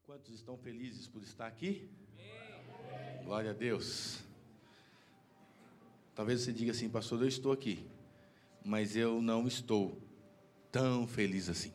Quantos estão felizes por estar aqui? Glória a Deus. Talvez você diga assim, pastor, eu estou aqui, mas eu não estou tão feliz assim.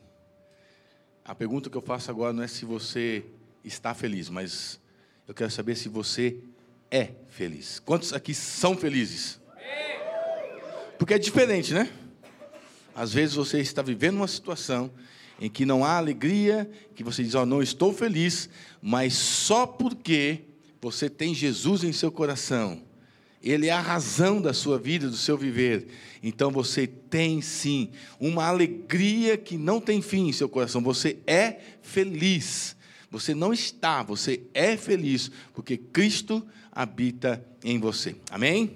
A pergunta que eu faço agora não é se você está feliz, mas eu quero saber se você é feliz. Quantos aqui são felizes? Porque é diferente, né? Às vezes você está vivendo uma situação em que não há alegria, que você diz, não estou feliz, mas só porque você tem Jesus em seu coração. Ele é a razão da sua vida, do seu viver. Então você tem sim uma alegria que não tem fim em seu coração. Você é feliz. Você não está, você é feliz, porque Cristo habita em você. Amém?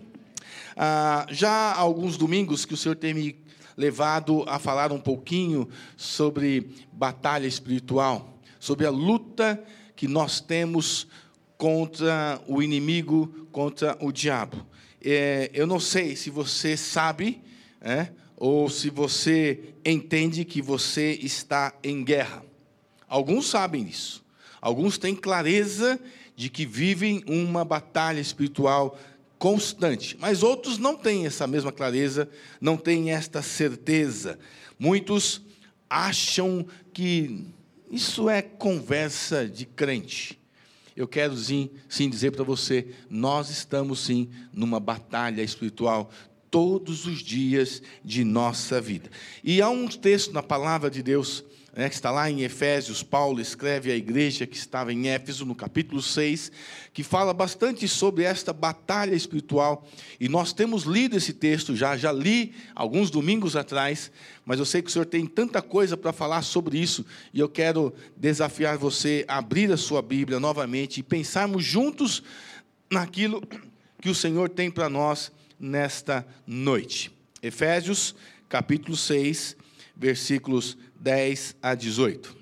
Já há alguns domingos que o Senhor tem me levado a falar um pouquinho sobre batalha espiritual, sobre a luta que nós temos contra o inimigo, contra o diabo. Eu não sei se você sabe, ou se você entende que você está em guerra. Alguns sabem disso. Alguns têm clareza de que vivem uma batalha espiritual constante, mas outros não têm essa mesma clareza, não têm esta certeza. Muitos acham que isso é conversa de crente. Eu quero sim dizer para você, nós estamos sim numa batalha espiritual todos os dias de nossa vida. E há um texto na palavra de Deus, que está lá em Efésios. Paulo escreve à igreja que estava em Éfeso, no capítulo 6, que fala bastante sobre esta batalha espiritual, e nós temos lido esse texto já li alguns domingos atrás, mas eu sei que o Senhor tem tanta coisa para falar sobre isso, e eu quero desafiar você a abrir a sua Bíblia novamente, e pensarmos juntos naquilo que o Senhor tem para nós nesta noite. Efésios, capítulo 6, versículos 10 a 18.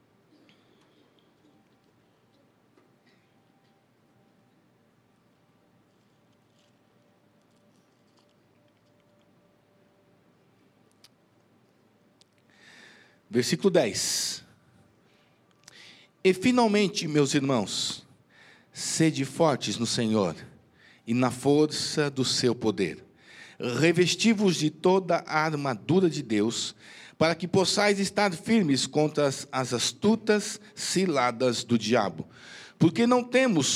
Versículo 10. E finalmente, meus irmãos, sede fortes no Senhor e na força do seu poder. Revesti-vos de toda a armadura de Deus, para que possais estar firmes contra as astutas ciladas do diabo. Porque não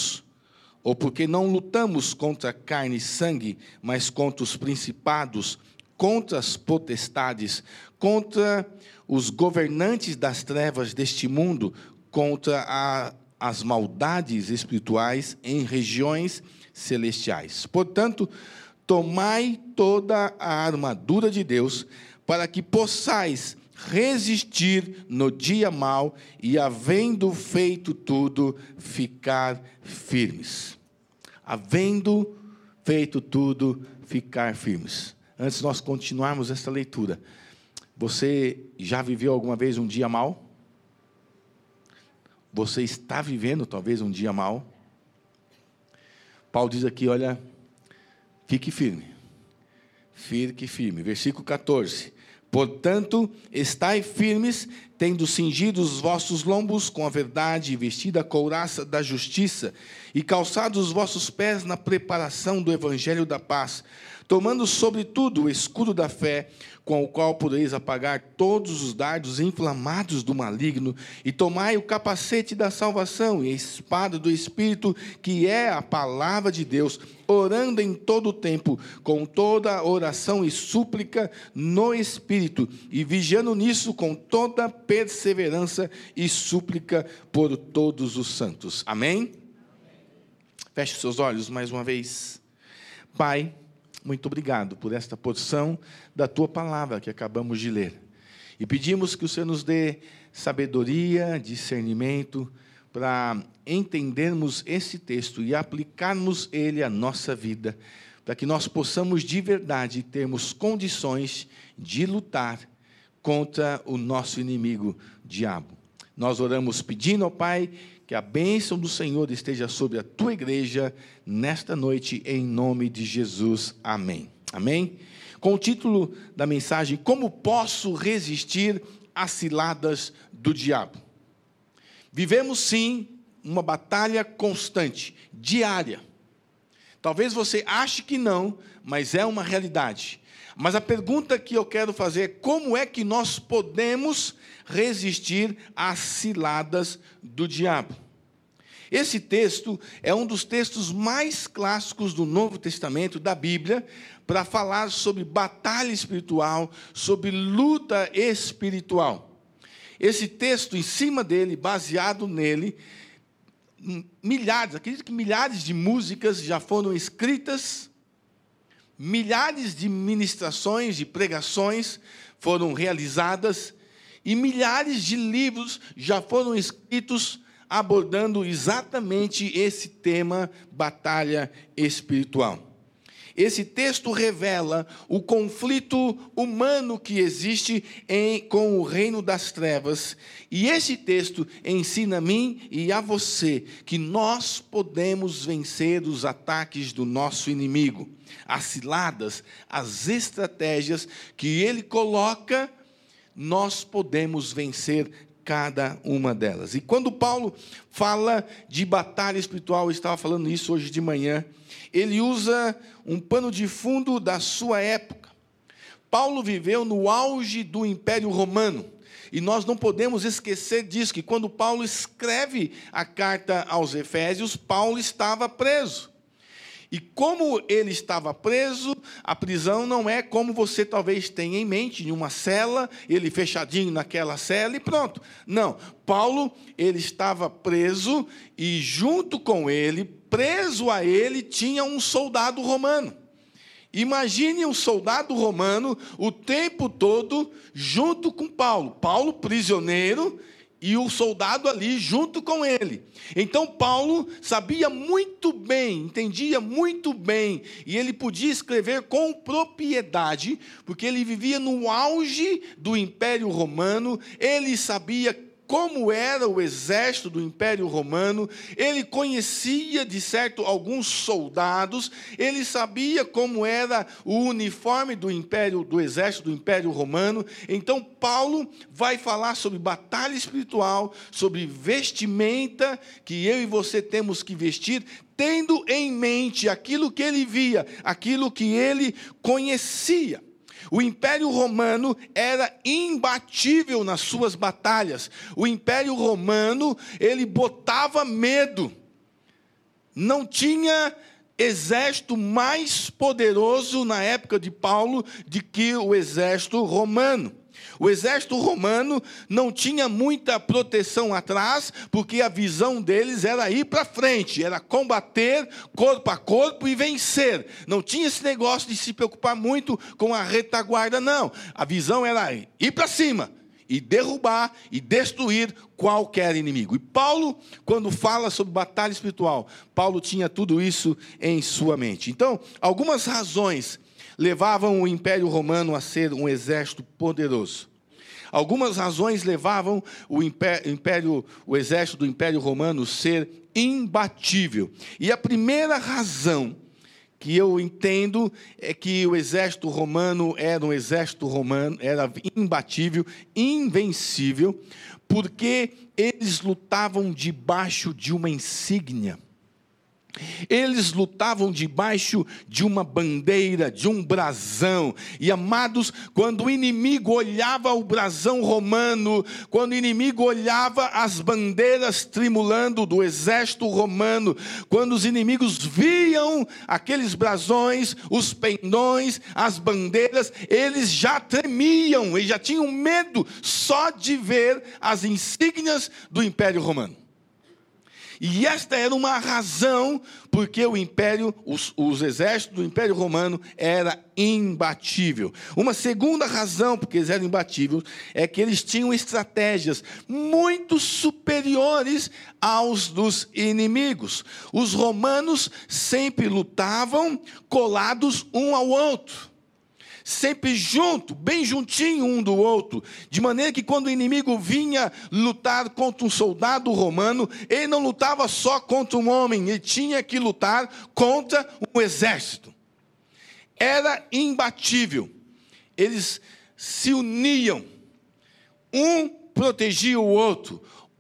lutamos contra carne e sangue, mas contra os principados, contra as potestades, contra os governantes das trevas deste mundo, contra as maldades espirituais em regiões celestiais. Portanto, tomai toda a armadura de Deus, para que possais resistir no dia mau e, havendo feito tudo, ficar firmes. Havendo feito tudo, ficar firmes. Antes de nós continuarmos esta leitura, você já viveu alguma vez um dia mau? Você está vivendo talvez um dia mau? Paulo diz aqui, olha, fique firme. Fique firme. Versículo 14. Portanto, estai firmes, tendo cingido os vossos lombos com a verdade, e vestida a couraça da justiça, e calçados os vossos pés na preparação do evangelho da paz, tomando sobretudo o escudo da fé, com o qual podereis apagar todos os dardos inflamados do maligno, e tomai o capacete da salvação e a espada do Espírito, que é a palavra de Deus, orando em todo o tempo, com toda oração e súplica no Espírito, e vigiando nisso com toda perseverança e súplica por todos os santos. Amém? Feche os seus olhos mais uma vez. Pai, muito obrigado por esta porção da Tua palavra que acabamos de ler. E pedimos que o Senhor nos dê sabedoria, discernimento, para entendermos esse texto e aplicarmos ele à nossa vida, para que nós possamos de verdade termos condições de lutar contra o nosso inimigo, diabo. Nós oramos pedindo ao Pai que a bênção do Senhor esteja sobre a Tua igreja nesta noite, em nome de Jesus. Amém. Amém? Com o título da mensagem, como posso resistir às ciladas do diabo? Vivemos sim uma batalha constante, diária. Talvez você ache que não, mas é uma realidade. Mas a pergunta que eu quero fazer é: como é que nós podemos resistir às ciladas do diabo? Esse texto é um dos textos mais clássicos do Novo Testamento, da Bíblia, para falar sobre batalha espiritual, sobre luta espiritual. Esse texto, em cima dele, baseado nele, acredito que milhares de músicas já foram escritas, milhares de ministrações, de pregações foram realizadas, e milhares de livros já foram escritos abordando exatamente esse tema, batalha espiritual. Esse texto revela o conflito humano que existe com o reino das trevas. E esse texto ensina a mim e a você que nós podemos vencer os ataques do nosso inimigo. As ciladas, as estratégias que ele coloca, nós podemos vencer cada uma delas. E quando Paulo fala de batalha espiritual, eu estava falando isso hoje de manhã, ele usa um pano de fundo da sua época. Paulo viveu no auge do Império Romano, e nós não podemos esquecer disso, que quando Paulo escreve a carta aos Efésios, Paulo estava preso. E como ele estava preso, a prisão não é como você talvez tenha em mente, em uma cela, ele fechadinho naquela cela e pronto. Não, Paulo, ele estava preso e junto com ele, preso a ele, tinha um soldado romano. Imagine um soldado romano o tempo todo junto com Paulo. Paulo prisioneiro e o soldado ali junto com ele. Então Paulo sabia muito bem, entendia muito bem, e ele podia escrever com propriedade, porque ele vivia no auge do Império Romano, ele sabia como era o exército do Império Romano, ele conhecia, de certo, alguns soldados, ele sabia como era o uniforme do exército do Império Romano. Então, Paulo vai falar sobre batalha espiritual, sobre vestimenta, que eu e você temos que vestir, tendo em mente aquilo que ele via, aquilo que ele conhecia. O Império Romano era imbatível nas suas batalhas. O Império Romano, ele botava medo. Não tinha exército mais poderoso na época de Paulo do que o exército romano. O exército romano não tinha muita proteção atrás, porque a visão deles era ir para frente, era combater corpo a corpo e vencer. Não tinha esse negócio de se preocupar muito com a retaguarda, não. A visão era ir para cima e derrubar e destruir qualquer inimigo. E Paulo, quando fala sobre batalha espiritual, Paulo tinha tudo isso em sua mente. Então, algumas razões levavam o Império Romano a ser um exército poderoso. Algumas razões levavam o exército do Império Romano a ser imbatível. E a primeira razão que eu entendo é que o exército romano era imbatível, invencível, porque eles lutavam debaixo de uma insígnia. Eles lutavam debaixo de uma bandeira, de um brasão. E amados, quando o inimigo olhava o brasão romano, quando o inimigo olhava as bandeiras tremulando do exército romano, quando os inimigos viam aqueles brasões, os pendões, as bandeiras, eles já tremiam, eles já tinham medo só de ver as insígnias do Império Romano. E esta era uma razão porque os exércitos do Império Romano era imbatível. Uma segunda razão porque eles eram imbatíveis é que eles tinham estratégias muito superiores aos dos inimigos. Os romanos sempre lutavam colados um ao outro. Sempre junto, bem juntinho um do outro, de maneira que quando o inimigo vinha lutar contra um soldado romano, ele não lutava só contra um homem, ele tinha que lutar contra um exército. Era imbatível. Eles se uniam, um protegia o outro,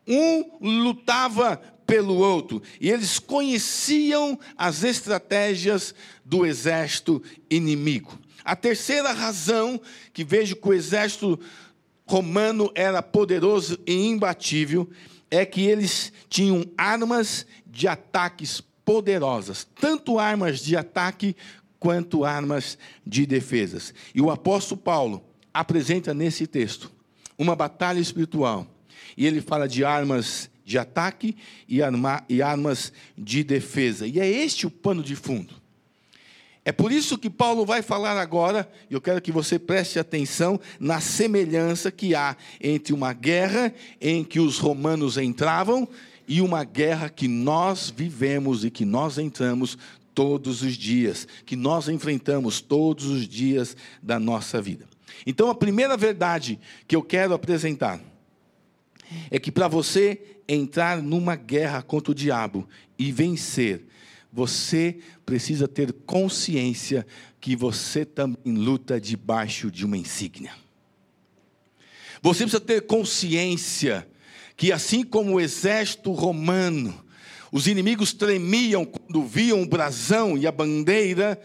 Um lutava pelo outro. E eles conheciam as estratégias do exército inimigo. A terceira razão que vejo que o exército romano era poderoso e imbatível é que eles tinham armas de ataques poderosas, tanto armas de ataque quanto armas de defesas. E o apóstolo Paulo apresenta nesse texto uma batalha espiritual, e ele fala de armas de ataque e armas de defesa. E é este o pano de fundo. É por isso que Paulo vai falar agora, e eu quero que você preste atenção na semelhança que há entre uma guerra em que os romanos entravam e uma guerra que nós vivemos e que nós entramos todos os dias, que nós enfrentamos todos os dias da nossa vida. Então, a primeira verdade que eu quero apresentar é que para você entrar numa guerra contra o diabo e vencer, você precisa ter consciência que você também luta debaixo de uma insígnia. Você precisa ter consciência que, assim como o exército romano, os inimigos tremiam quando viam o brasão e a bandeira.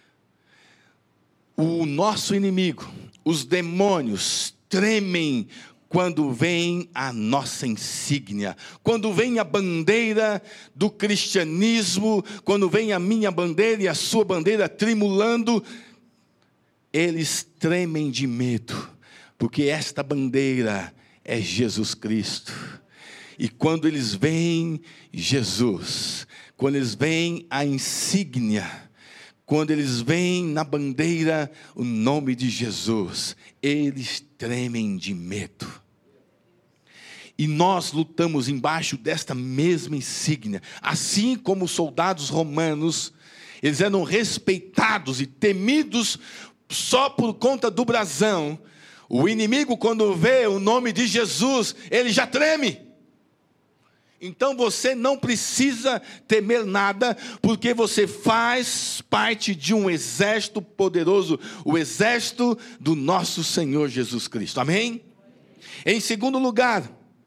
O nosso inimigo, os demônios, tremem quando vem a nossa insígnia, quando vem a bandeira do cristianismo, quando vem a minha bandeira e a sua bandeira tremulando, eles tremem de medo, porque esta bandeira é Jesus Cristo. E quando eles veem Jesus, quando eles veem a insígnia, quando eles veem na bandeira o nome de Jesus, eles tremem de medo. E nós lutamos embaixo desta mesma insígnia. Assim como os soldados romanos, eles eram respeitados e temidos só por conta do brasão. O inimigo, quando vê o nome de Jesus, ele já treme. Então você não precisa temer nada, porque você faz parte de um exército poderoso, o exército do nosso Senhor Jesus Cristo. Amém? Em segundo lugar,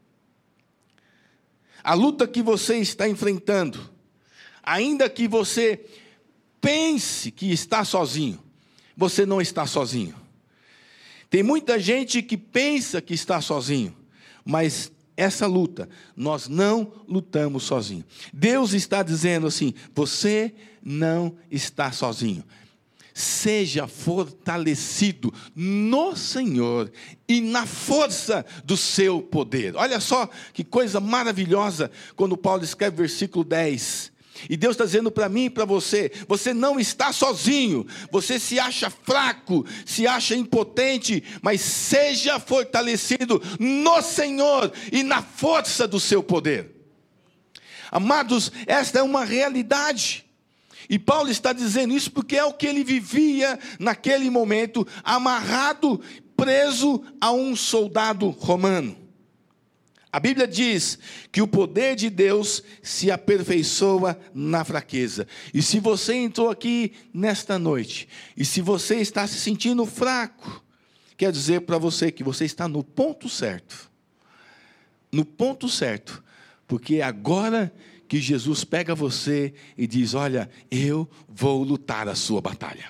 a luta que você está enfrentando, ainda que você pense que está sozinho, você não está sozinho. Tem muita gente que pensa que está sozinho, mas essa luta, nós não lutamos sozinhos. Deus está dizendo assim: você não está sozinho. Seja fortalecido no Senhor e na força do seu poder. Olha só que coisa maravilhosa quando Paulo escreve versículo 10. E Deus está dizendo para mim e para você: você não está sozinho. Você se acha fraco, se acha impotente, mas seja fortalecido no Senhor e na força do seu poder. Amados, esta é uma realidade. E Paulo está dizendo isso porque é o que ele vivia naquele momento, amarrado, preso a um soldado romano. A Bíblia diz que o poder de Deus se aperfeiçoa na fraqueza. E se você entrou aqui nesta noite, e se você está se sentindo fraco, quer dizer para você que você está no ponto certo. No ponto certo. Porque agora que Jesus pega você e diz: olha, eu vou lutar a sua batalha.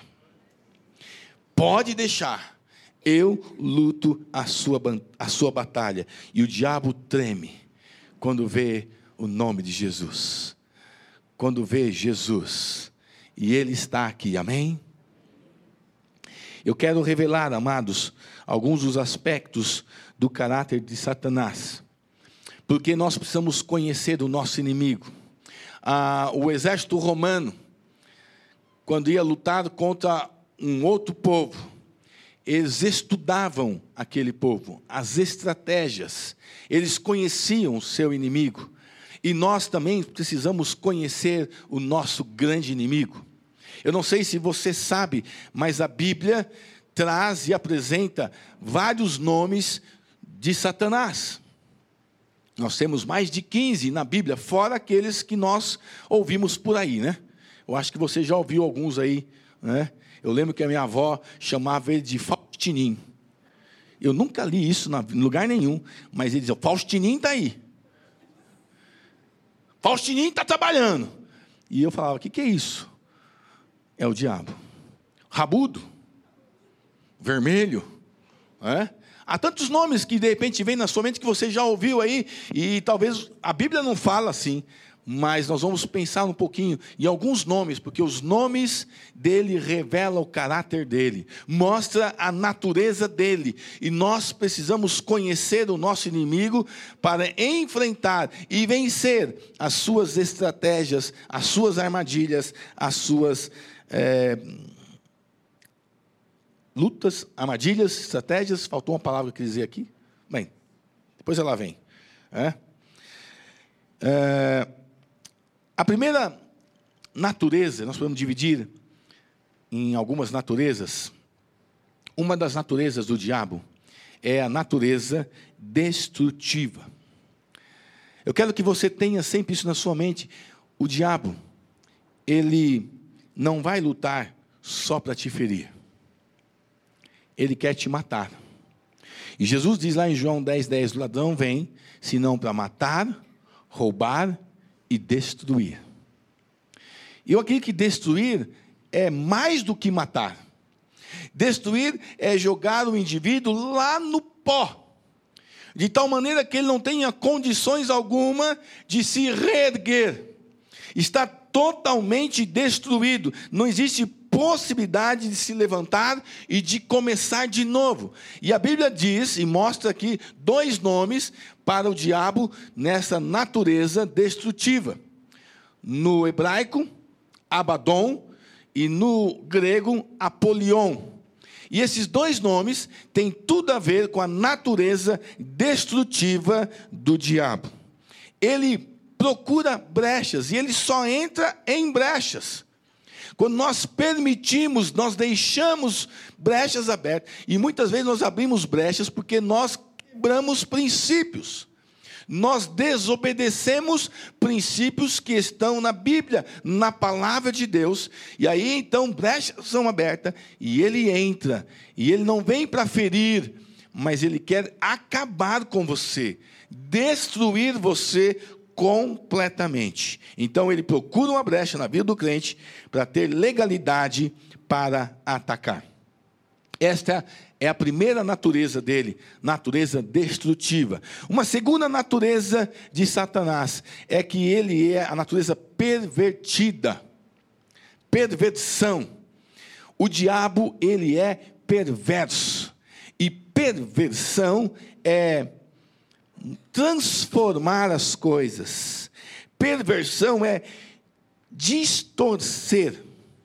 Pode deixar. Eu luto a sua batalha. E o diabo treme quando vê o nome de Jesus. Quando vê Jesus. E Ele está aqui, amém? Eu quero revelar, amados, alguns dos aspectos do caráter de Satanás. Porque nós precisamos conhecer o nosso inimigo. O exército romano, quando ia lutar contra um outro povo, eles estudavam aquele povo, as estratégias, eles conheciam o seu inimigo. E nós também precisamos conhecer o nosso grande inimigo. Eu não sei se você sabe, mas a Bíblia traz e apresenta vários nomes de Satanás. Nós temos mais de 15 na Bíblia, fora aqueles que nós ouvimos por aí, né? Eu acho que você já ouviu alguns aí, né? Eu lembro que a minha avó chamava ele de Faustininho. Eu nunca li isso em lugar nenhum, mas ele dizia: Faustininho está aí. Faustininho está trabalhando. E eu falava, o que é isso? É o diabo. Rabudo. Vermelho. Há tantos nomes que de repente vêm na sua mente que você já ouviu aí, e talvez a Bíblia não fala assim, mas nós vamos pensar um pouquinho em alguns nomes, porque os nomes dele revelam o caráter dele, mostra a natureza dele, e nós precisamos conhecer o nosso inimigo para enfrentar e vencer as suas estratégias, as suas armadilhas, as suas lutas, armadilhas, estratégias. Faltou uma palavra que eu queria dizer aqui. Bem, depois ela vem. A primeira natureza, nós podemos dividir em algumas naturezas. Uma das naturezas do diabo é a natureza destrutiva. Eu quero que você tenha sempre isso na sua mente. O diabo, ele não vai lutar só para te ferir. Ele quer te matar. E Jesus diz lá em João 10:10, o ladrão vem, senão para matar, roubar e destruir. E eu acredito que destruir é mais do que matar. Destruir é jogar o indivíduo lá no pó, de tal maneira que ele não tenha condições alguma de se reerguer. Está totalmente destruído. Não existe possibilidade de se levantar e de começar de novo. E a Bíblia diz, e mostra aqui, 2 nomes para o diabo nessa natureza destrutiva. No hebraico, Abaddon, e no grego, Apolion. E esses 2 nomes têm tudo a ver com a natureza destrutiva do diabo. Ele procura brechas, e ele só entra em brechas. Quando nós permitimos, nós deixamos brechas abertas. E muitas vezes nós abrimos brechas porque nós quebramos princípios. Nós desobedecemos princípios que estão na Bíblia, na palavra de Deus. E aí então brechas são abertas e ele entra. E ele não vem para ferir, mas ele quer acabar com você, destruir você completamente. Então ele procura uma brecha na vida do crente para ter legalidade para atacar. Esta é a primeira natureza dele, natureza destrutiva. Uma segunda natureza de Satanás é que ele é a natureza pervertida. Perversão. O diabo, ele é perverso. E perversão é transformar as coisas. Perversão é distorcer.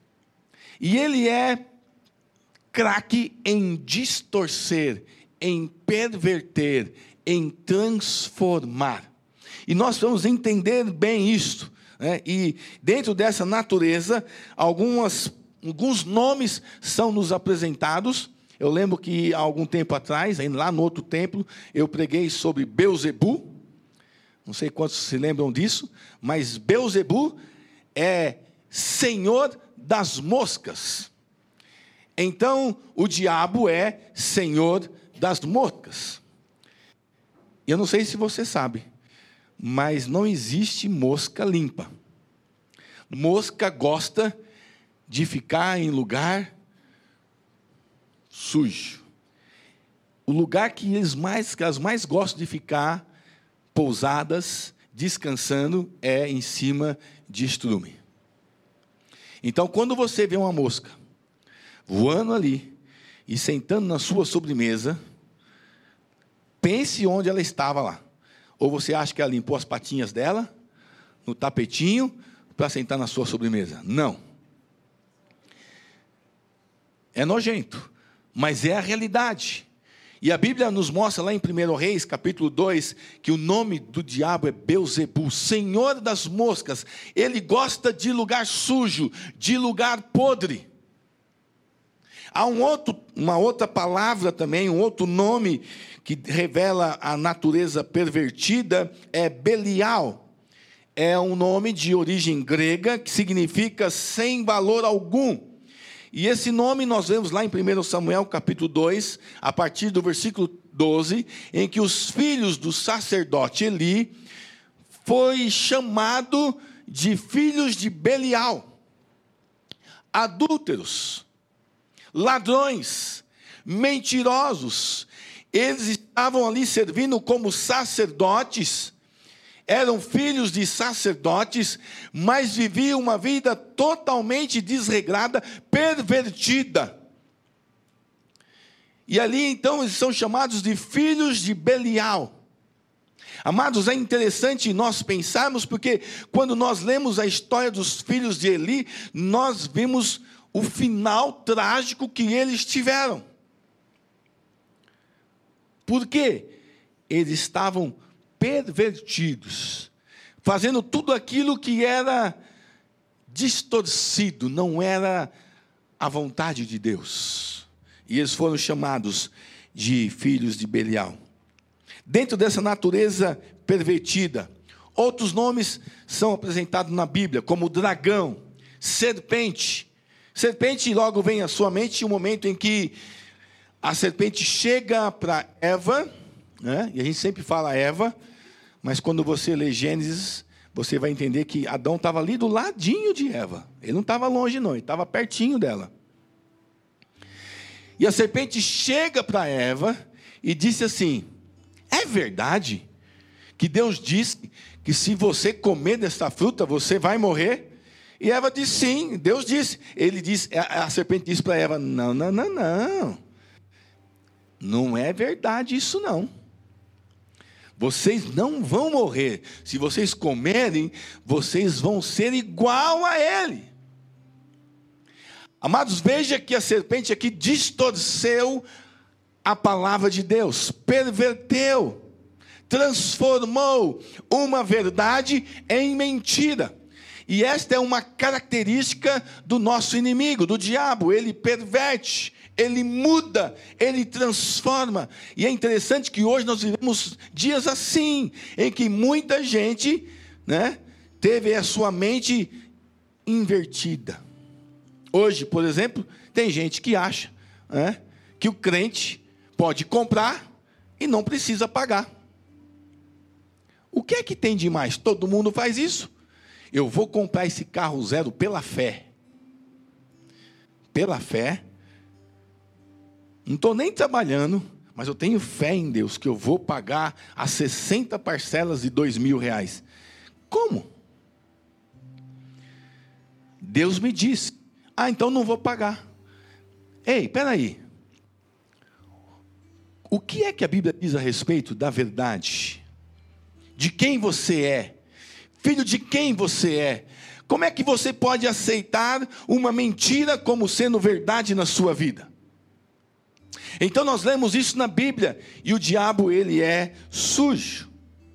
E ele é craque em distorcer, em perverter, em transformar. E nós vamos entender bem isto, né? E dentro dessa natureza, alguns nomes são nos apresentados. Eu lembro que há algum tempo atrás, lá no outro templo, eu preguei sobre Beelzebu. Não sei quantos se lembram disso, mas Beelzebu é senhor das moscas. Então, o diabo é senhor das moscas. Eu não sei se você sabe, mas não existe mosca limpa. Mosca gosta de ficar em lugar sujo. O lugar que elas mais gostam de ficar pousadas, descansando, é em cima de estrume. Então, quando você vê uma mosca voando ali e sentando na sua sobremesa, pense onde ela estava lá. Ou você acha que ela limpou as patinhas dela no tapetinho para sentar na sua sobremesa? Não. É nojento, mas é a realidade. E a Bíblia nos mostra lá em 1 Reis, capítulo 2, que o nome do diabo é Beelzebu, senhor das moscas. Ele gosta de lugar sujo, de lugar podre. Há uma outra palavra também, um outro nome que revela a natureza pervertida, é Belial. É um nome de origem grega que significa sem valor algum. E esse nome nós vemos lá em 1 Samuel capítulo 2, a partir do versículo 12, em que os filhos do sacerdote Eli foi chamado de filhos de Belial, adúlteros, ladrões, mentirosos. Eles estavam ali servindo como sacerdotes, eram filhos de sacerdotes, mas viviam uma vida totalmente desregrada, pervertida. E ali então eles são chamados de filhos de Belial. Amados, é interessante nós pensarmos, porque quando nós lemos a história dos filhos de Eli, nós vimos o final trágico que eles tiveram. Por quê? Eles estavam pervertidos, fazendo tudo aquilo que era distorcido, não era a vontade de Deus. E eles foram chamados de filhos de Belial. Dentro dessa natureza pervertida, outros nomes são apresentados na Bíblia, como dragão, serpente. Serpente, logo vem à sua mente o momento em que a serpente chega para Eva, né? E a gente sempre fala Eva, mas quando você lê Gênesis, você vai entender que Adão estava ali do ladinho de Eva. Ele não estava longe não, ele estava pertinho dela. E a serpente chega para Eva e disse assim: é verdade que Deus disse que se você comer desta fruta, você vai morrer? E Eva disse sim, Deus disse. A serpente disse para Eva: não. Não é verdade isso não. Vocês não vão morrer. Se vocês comerem, vocês vão ser igual a ele. Amados, veja que a serpente aqui distorceu a palavra de Deus, perverteu, transformou uma verdade em mentira. E esta é uma característica do nosso inimigo, do diabo. Ele perverte, ele muda, ele transforma. E é interessante que hoje nós vivemos dias assim, em que muita gente, né, teve a sua mente invertida. Hoje, por exemplo, tem gente que acha, né, que o crente pode comprar e não precisa pagar. O que é que tem de mais? Todo mundo faz isso. Eu vou comprar esse carro zero pela fé. Pela fé. Não estou nem trabalhando, mas eu tenho fé em Deus, que eu vou pagar as 60 parcelas de R$2.000. Como? Deus me disse: então não vou pagar. Ei, espera aí. O que é que a Bíblia diz a respeito da verdade? De quem você é? Filho de quem você é? Como é que você pode aceitar uma mentira como sendo verdade na sua vida? Então nós lemos isso na Bíblia, e o diabo, ele é sujo.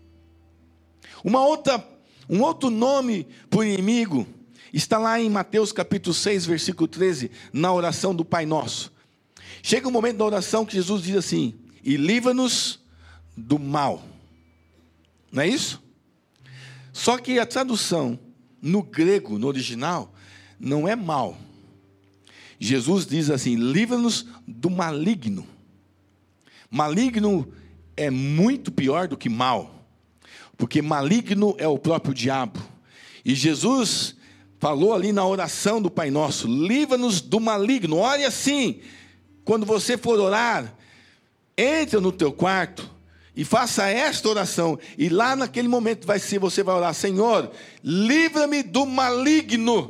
Um outro nome para o inimigo está lá em Mateus capítulo 6, versículo 13, na oração do Pai Nosso. Chega um momento da oração que Jesus diz assim: e livra-nos do mal. Não é isso? Só que a tradução no grego, no original, não é mal. Jesus diz assim: livra-nos do maligno. Maligno é muito pior do que mal, porque maligno é o próprio diabo. E Jesus falou ali na oração do Pai Nosso: livra-nos do maligno. Olha assim, quando você for orar, entra no teu quarto e faça esta oração, e lá naquele momento você vai orar: Senhor, livra-me do maligno.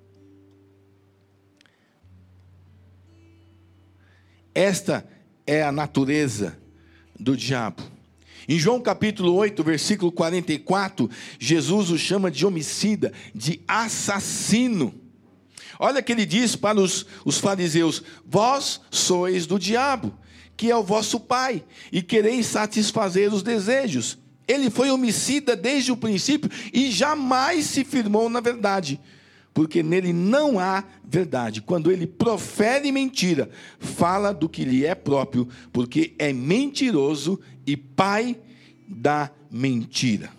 Esta é a natureza do diabo. Em João capítulo 8, versículo 44, Jesus o chama de homicida, de assassino. Olha que ele diz para os fariseus: vós sois do diabo, que é o vosso pai, e quereis satisfazer os desejos. Ele foi homicida desde o princípio e jamais se firmou na verdade, porque nele não há verdade. Quando ele profere mentira, fala do que lhe é próprio, porque é mentiroso e pai da mentira.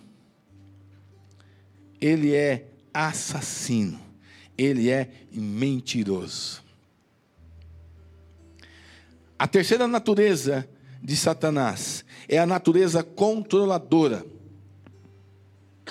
Ele é assassino, ele é mentiroso. A terceira natureza de Satanás é a natureza controladora.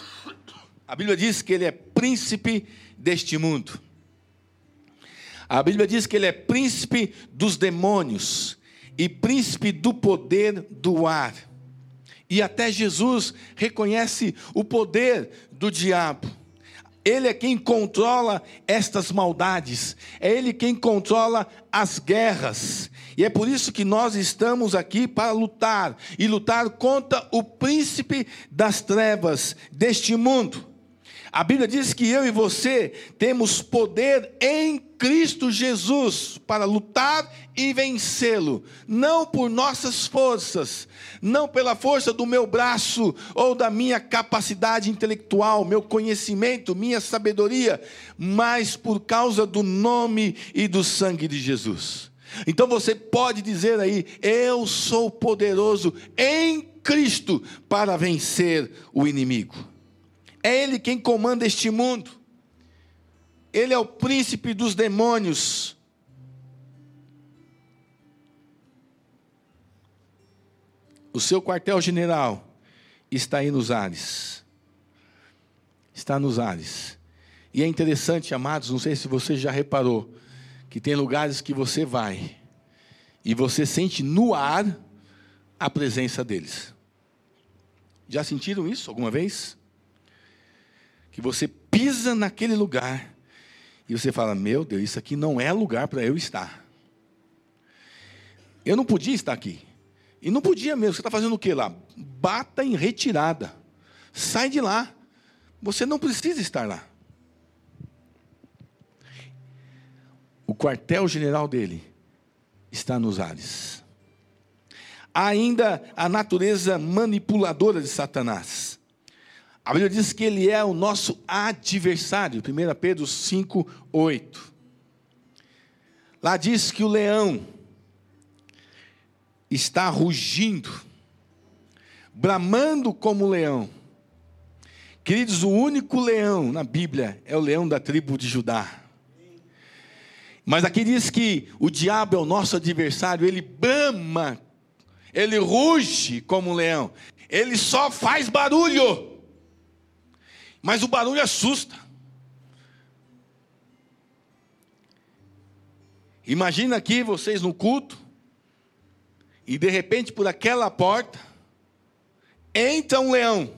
A Bíblia diz que ele é príncipe deste mundo. A Bíblia diz que ele é príncipe dos demônios e príncipe do poder do ar. E até Jesus reconhece o poder do diabo. Ele é quem controla estas maldades. É Ele quem controla as guerras. E é por isso que nós estamos aqui para lutar. E lutar contra o príncipe das trevas deste mundo. A Bíblia diz que eu e você temos poder em Cristo Jesus para lutar e vencê-lo. Não por nossas forças, não pela força do meu braço ou da minha capacidade intelectual, meu conhecimento, minha sabedoria, mas por causa do nome e do sangue de Jesus. Então você pode dizer aí: eu sou poderoso em Cristo para vencer o inimigo. É Ele quem comanda este mundo. Ele é o príncipe dos demônios. O seu quartel-general está aí nos ares. Está nos ares. E é interessante, amados, não sei se você já reparou, que tem lugares que você vai e você sente no ar a presença deles. Já sentiram isso alguma vez? Que você pisa naquele lugar e você fala: meu Deus, isso aqui não é lugar para eu estar. Eu não podia estar aqui. E não podia mesmo. Você está fazendo o que lá? Bata em retirada. Sai de lá. Você não precisa estar lá. O quartel-general dele está nos ares. Há ainda a natureza manipuladora de Satanás. A Bíblia diz que ele é o nosso adversário. 1 Pedro 5:8. Lá diz que o leão está rugindo, bramando como leão. Queridos, o único leão na Bíblia é o leão da tribo de Judá. Mas aqui diz que o diabo é o nosso adversário. Ele brama, ele ruge como um leão. Ele só faz barulho. Mas o barulho assusta. Imagina aqui vocês no culto, e de repente por aquela porta entra um leão.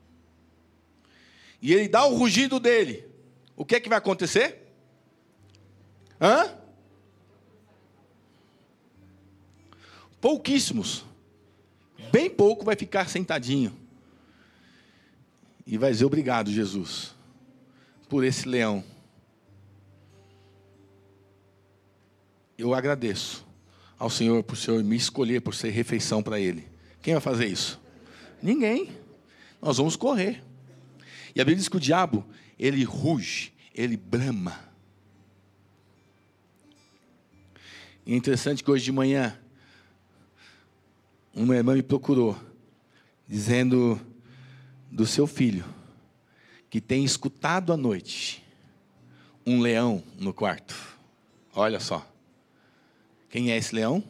E ele dá o rugido dele. O que é que vai acontecer? Pouquíssimos. Bem pouco vai ficar sentadinho. E vai dizer: obrigado, Jesus, por esse leão. Eu agradeço ao Senhor por o Senhor me escolher por ser refeição para Ele. Quem vai fazer isso? Ninguém. Nós vamos correr. E a Bíblia diz que o diabo, ele ruge, ele brama. E é interessante que hoje de manhã, uma irmã me procurou, dizendo do seu filho, que tem escutado à noite um leão no quarto. Olha só. Quem é esse leão?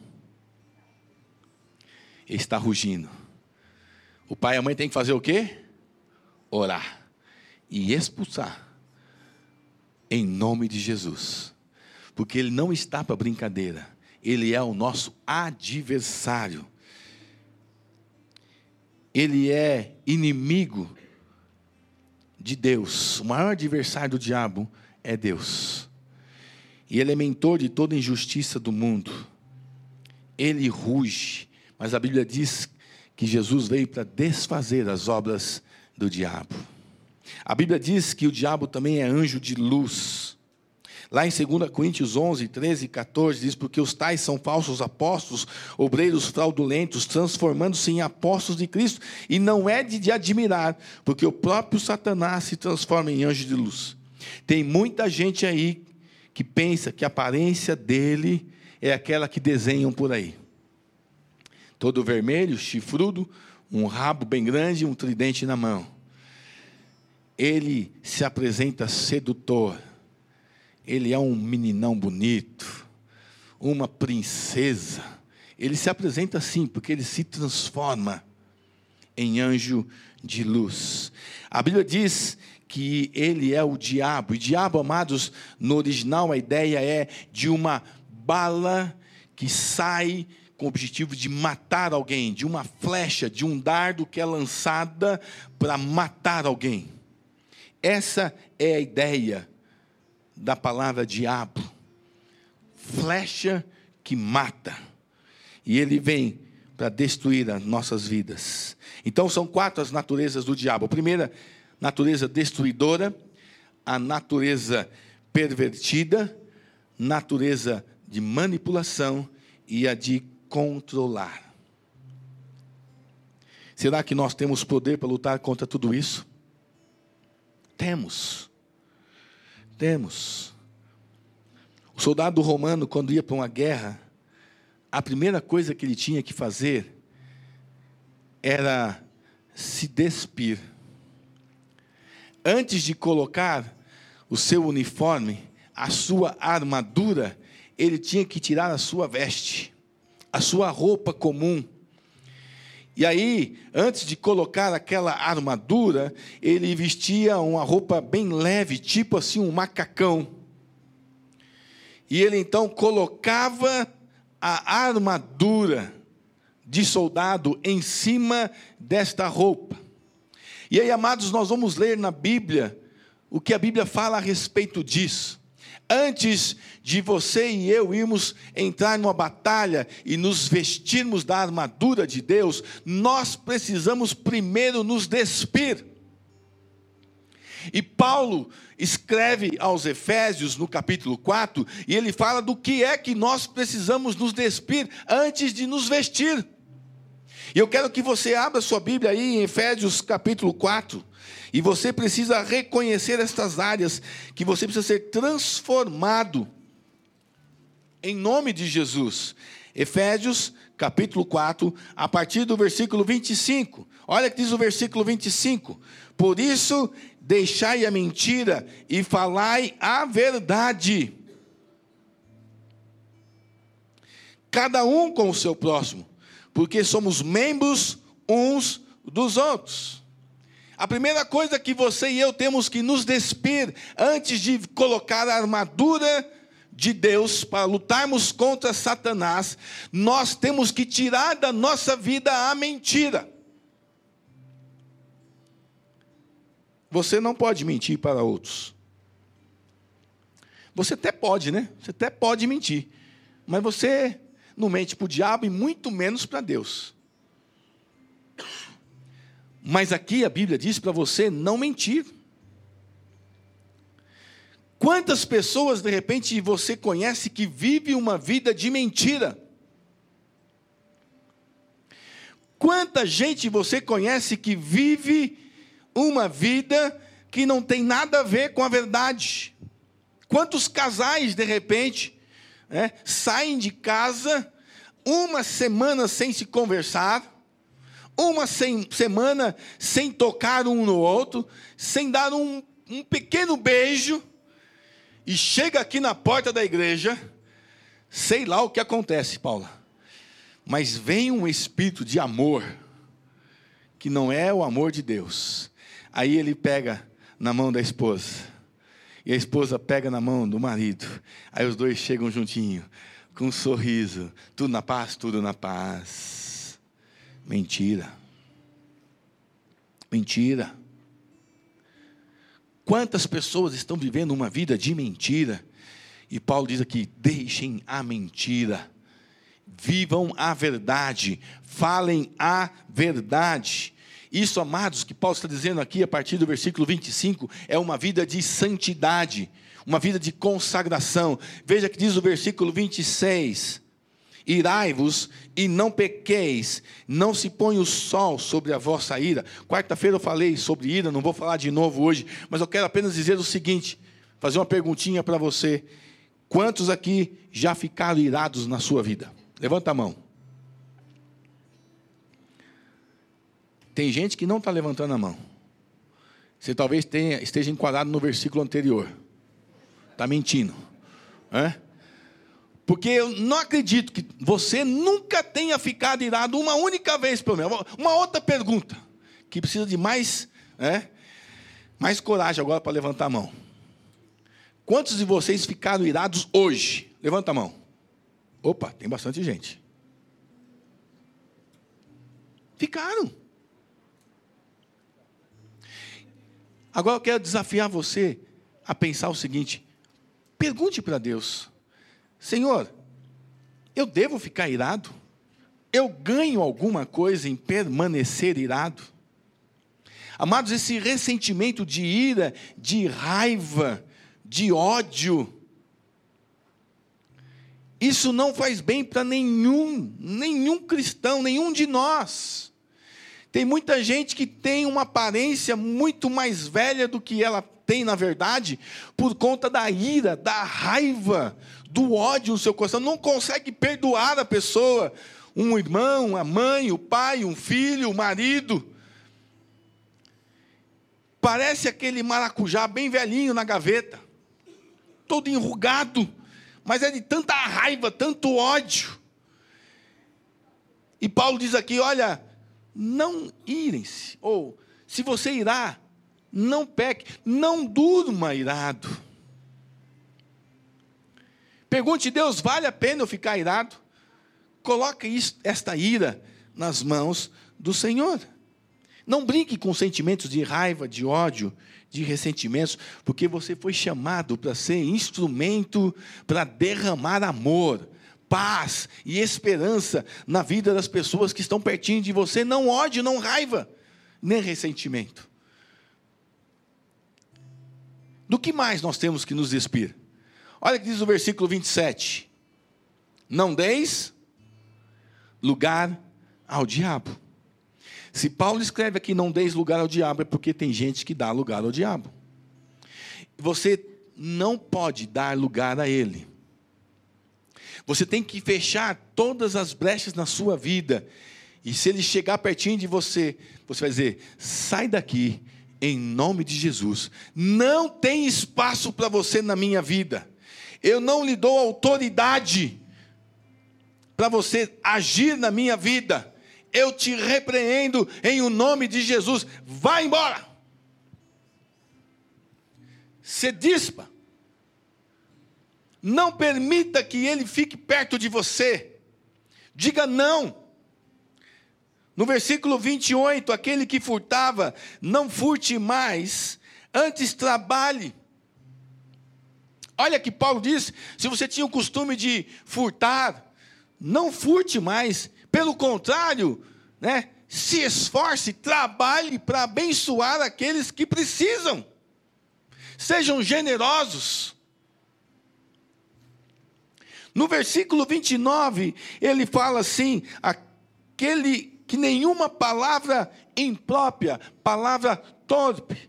Ele está rugindo. O pai e a mãe têm que fazer o quê? Orar e expulsar em nome de Jesus. Porque ele não está para brincadeira. Ele é o nosso adversário. Ele é inimigo de Deus. O maior adversário do diabo é Deus. E ele é mentor de toda injustiça do mundo. Ele ruge. Mas a Bíblia diz que Jesus veio para desfazer as obras do diabo. A Bíblia diz que o diabo também é anjo de luz. Lá em 2 Coríntios 11, 13 e 14, diz: porque os tais são falsos apóstolos, obreiros fraudulentos, transformando-se em apóstolos de Cristo. E não é de admirar, porque o próprio Satanás se transforma em anjo de luz. Tem muita gente aí que pensa que a aparência dele é aquela que desenham por aí. Todo vermelho, chifrudo, um rabo bem grande e um tridente na mão. Ele se apresenta sedutor. Ele é um meninão bonito, uma princesa. Ele se apresenta assim, porque ele se transforma em anjo de luz. A Bíblia diz que ele é o diabo. E diabo, amados, no original a ideia é de uma bala que sai com o objetivo de matar alguém, de uma flecha, de um dardo que é lançada para matar alguém. Essa é a ideia da palavra diabo. Flecha que mata. E ele vem para destruir as nossas vidas. Então são 4 as naturezas do diabo. A primeira, natureza destruidora, a natureza pervertida, natureza de manipulação e a de controlar. Será que nós temos poder para lutar contra tudo isso? Temos. O soldado romano, quando ia para uma guerra, a primeira coisa que ele tinha que fazer era se despir. Antes de colocar o seu uniforme, a sua armadura, ele tinha que tirar a sua veste, a sua roupa comum. E aí, antes de colocar aquela armadura, ele vestia uma roupa bem leve, tipo assim um macacão. E ele então colocava a armadura de soldado em cima desta roupa. E aí, amados, nós vamos ler na Bíblia o que a Bíblia fala a respeito disso. Antes de você e eu irmos entrar numa batalha e nos vestirmos da armadura de Deus, nós precisamos primeiro nos despir. E Paulo escreve aos Efésios no capítulo 4, e ele fala do que é que nós precisamos nos despir antes de nos vestir. E eu quero que você abra sua Bíblia aí em Efésios capítulo 4, e você precisa reconhecer estas áreas, que você precisa ser transformado, em nome de Jesus. Efésios capítulo 4, a partir do versículo 25, olha o que diz o versículo 25, por isso, deixai a mentira e falai a verdade, cada um com o seu próximo, porque somos membros uns dos outros. A primeira coisa que você e eu temos que nos despir, antes de colocar a armadura de Deus, para lutarmos contra Satanás, nós temos que tirar da nossa vida a mentira. Você não pode mentir para outros. Você até pode, né? Você até pode mentir. Mas você não mente para o diabo e muito menos para Deus. Mas aqui a Bíblia diz para você não mentir. Quantas pessoas, de repente, você conhece que vive uma vida de mentira? Quanta gente você conhece que vive uma vida que não tem nada a ver com a verdade? Quantos casais, de repente, saem de casa uma semana sem se conversar, uma semana sem tocar um no outro, sem dar um pequeno beijo, e chega aqui na porta da igreja, sei lá o que acontece, Paula, mas vem um espírito de amor, que não é o amor de Deus. Aí ele pega na mão da esposa, e a esposa pega na mão do marido, aí os dois chegam juntinho, com um sorriso, tudo na paz, tudo na paz. Mentira. Mentira. Quantas pessoas estão vivendo uma vida de mentira? E Paulo diz aqui, deixem a mentira, vivam a verdade, falem a verdade. Isso, amados, que Paulo está dizendo aqui, a partir do versículo 25, é uma vida de santidade, uma vida de consagração. Veja que diz o versículo 26, irai-vos e não pequeis, não se põe o sol sobre a vossa ira. Quarta-feira eu falei sobre ira, não vou falar de novo hoje, mas eu quero apenas dizer o seguinte, fazer uma perguntinha para você. Quantos aqui já ficaram irados na sua vida? Levanta a mão. Tem gente que não está levantando a mão. Você talvez esteja enquadrado no versículo anterior. Está mentindo. Porque eu não acredito que você nunca tenha ficado irado uma única vez, pelo menos. Uma outra pergunta, que precisa de mais Mais coragem agora para levantar a mão. Quantos de vocês ficaram irados hoje? Levanta a mão. Opa, tem bastante gente. Ficaram. Agora eu quero desafiar você a pensar o seguinte. Pergunte para Deus. Senhor, eu devo ficar irado? Eu ganho alguma coisa em permanecer irado? Amados, esse ressentimento de ira, de raiva, de ódio, isso não faz bem para nenhum cristão, nenhum de nós. Tem muita gente que tem uma aparência muito mais velha do que ela tem na verdade, por conta da ira, da raiva, do ódio no seu coração. Não consegue perdoar a pessoa, um irmão, a mãe, o pai, um filho, o marido. Parece aquele maracujá bem velhinho na gaveta, todo enrugado, mas é de tanta raiva, tanto ódio. E Paulo diz aqui, olha, não irem-se, ou se você irá, não peque, não durma irado. Pergunte a Deus, vale a pena eu ficar irado? Coloque esta ira nas mãos do Senhor. Não brinque com sentimentos de raiva, de ódio, de ressentimentos, porque você foi chamado para ser instrumento para derramar amor, paz e esperança na vida das pessoas que estão pertinho de você. Não ódio, não raiva, nem ressentimento. Do que mais nós temos que nos despir? Olha o que diz o versículo 27. Não deis lugar ao diabo. Se Paulo escreve aqui, não deis lugar ao diabo, é porque tem gente que dá lugar ao diabo. Você não pode dar lugar a ele. Você tem que fechar todas as brechas na sua vida. E se ele chegar pertinho de você, você vai dizer, sai daqui, em nome de Jesus. Não tem espaço para você na minha vida. Eu não lhe dou autoridade para você agir na minha vida. Eu te repreendo em o nome de Jesus. Vai embora. Se dispa. Não permita que ele fique perto de você. Diga não. No versículo 28, aquele que furtava, não furte mais, antes trabalhe. Olha que Paulo diz, se você tinha o costume de furtar, não furte mais. Pelo contrário, se esforce, trabalhe para abençoar aqueles que precisam. Sejam generosos. No versículo 29, ele fala assim, aquele que nenhuma palavra imprópria, palavra torpe,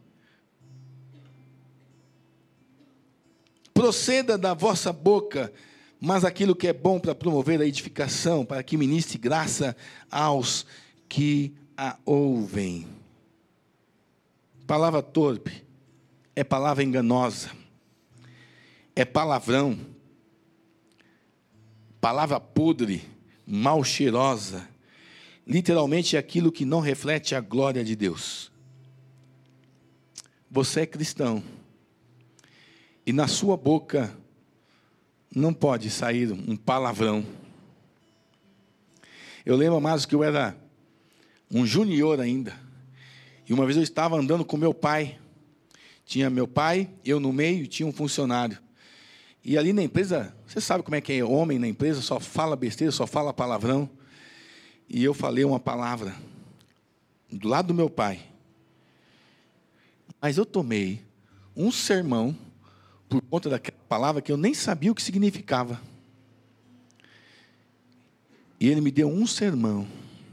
proceda da vossa boca, mas aquilo que é bom para promover a edificação, para que ministre graça aos que a ouvem. Palavra torpe é palavra enganosa, é palavrão, palavra podre, mal cheirosa, literalmente é aquilo que não reflete a glória de Deus. Você é cristão, e na sua boca não pode sair um palavrão. Eu lembro, amados, que eu era um junior ainda. E uma vez eu estava andando com meu pai. Tinha meu pai, eu no meio, e tinha um funcionário. E ali na empresa, você sabe como é que é homem na empresa, só fala besteira, só fala palavrão. E eu falei uma palavra do lado do meu pai. Mas eu tomei um sermão por conta daquela palavra que eu nem sabia o que significava. E ele me deu um sermão.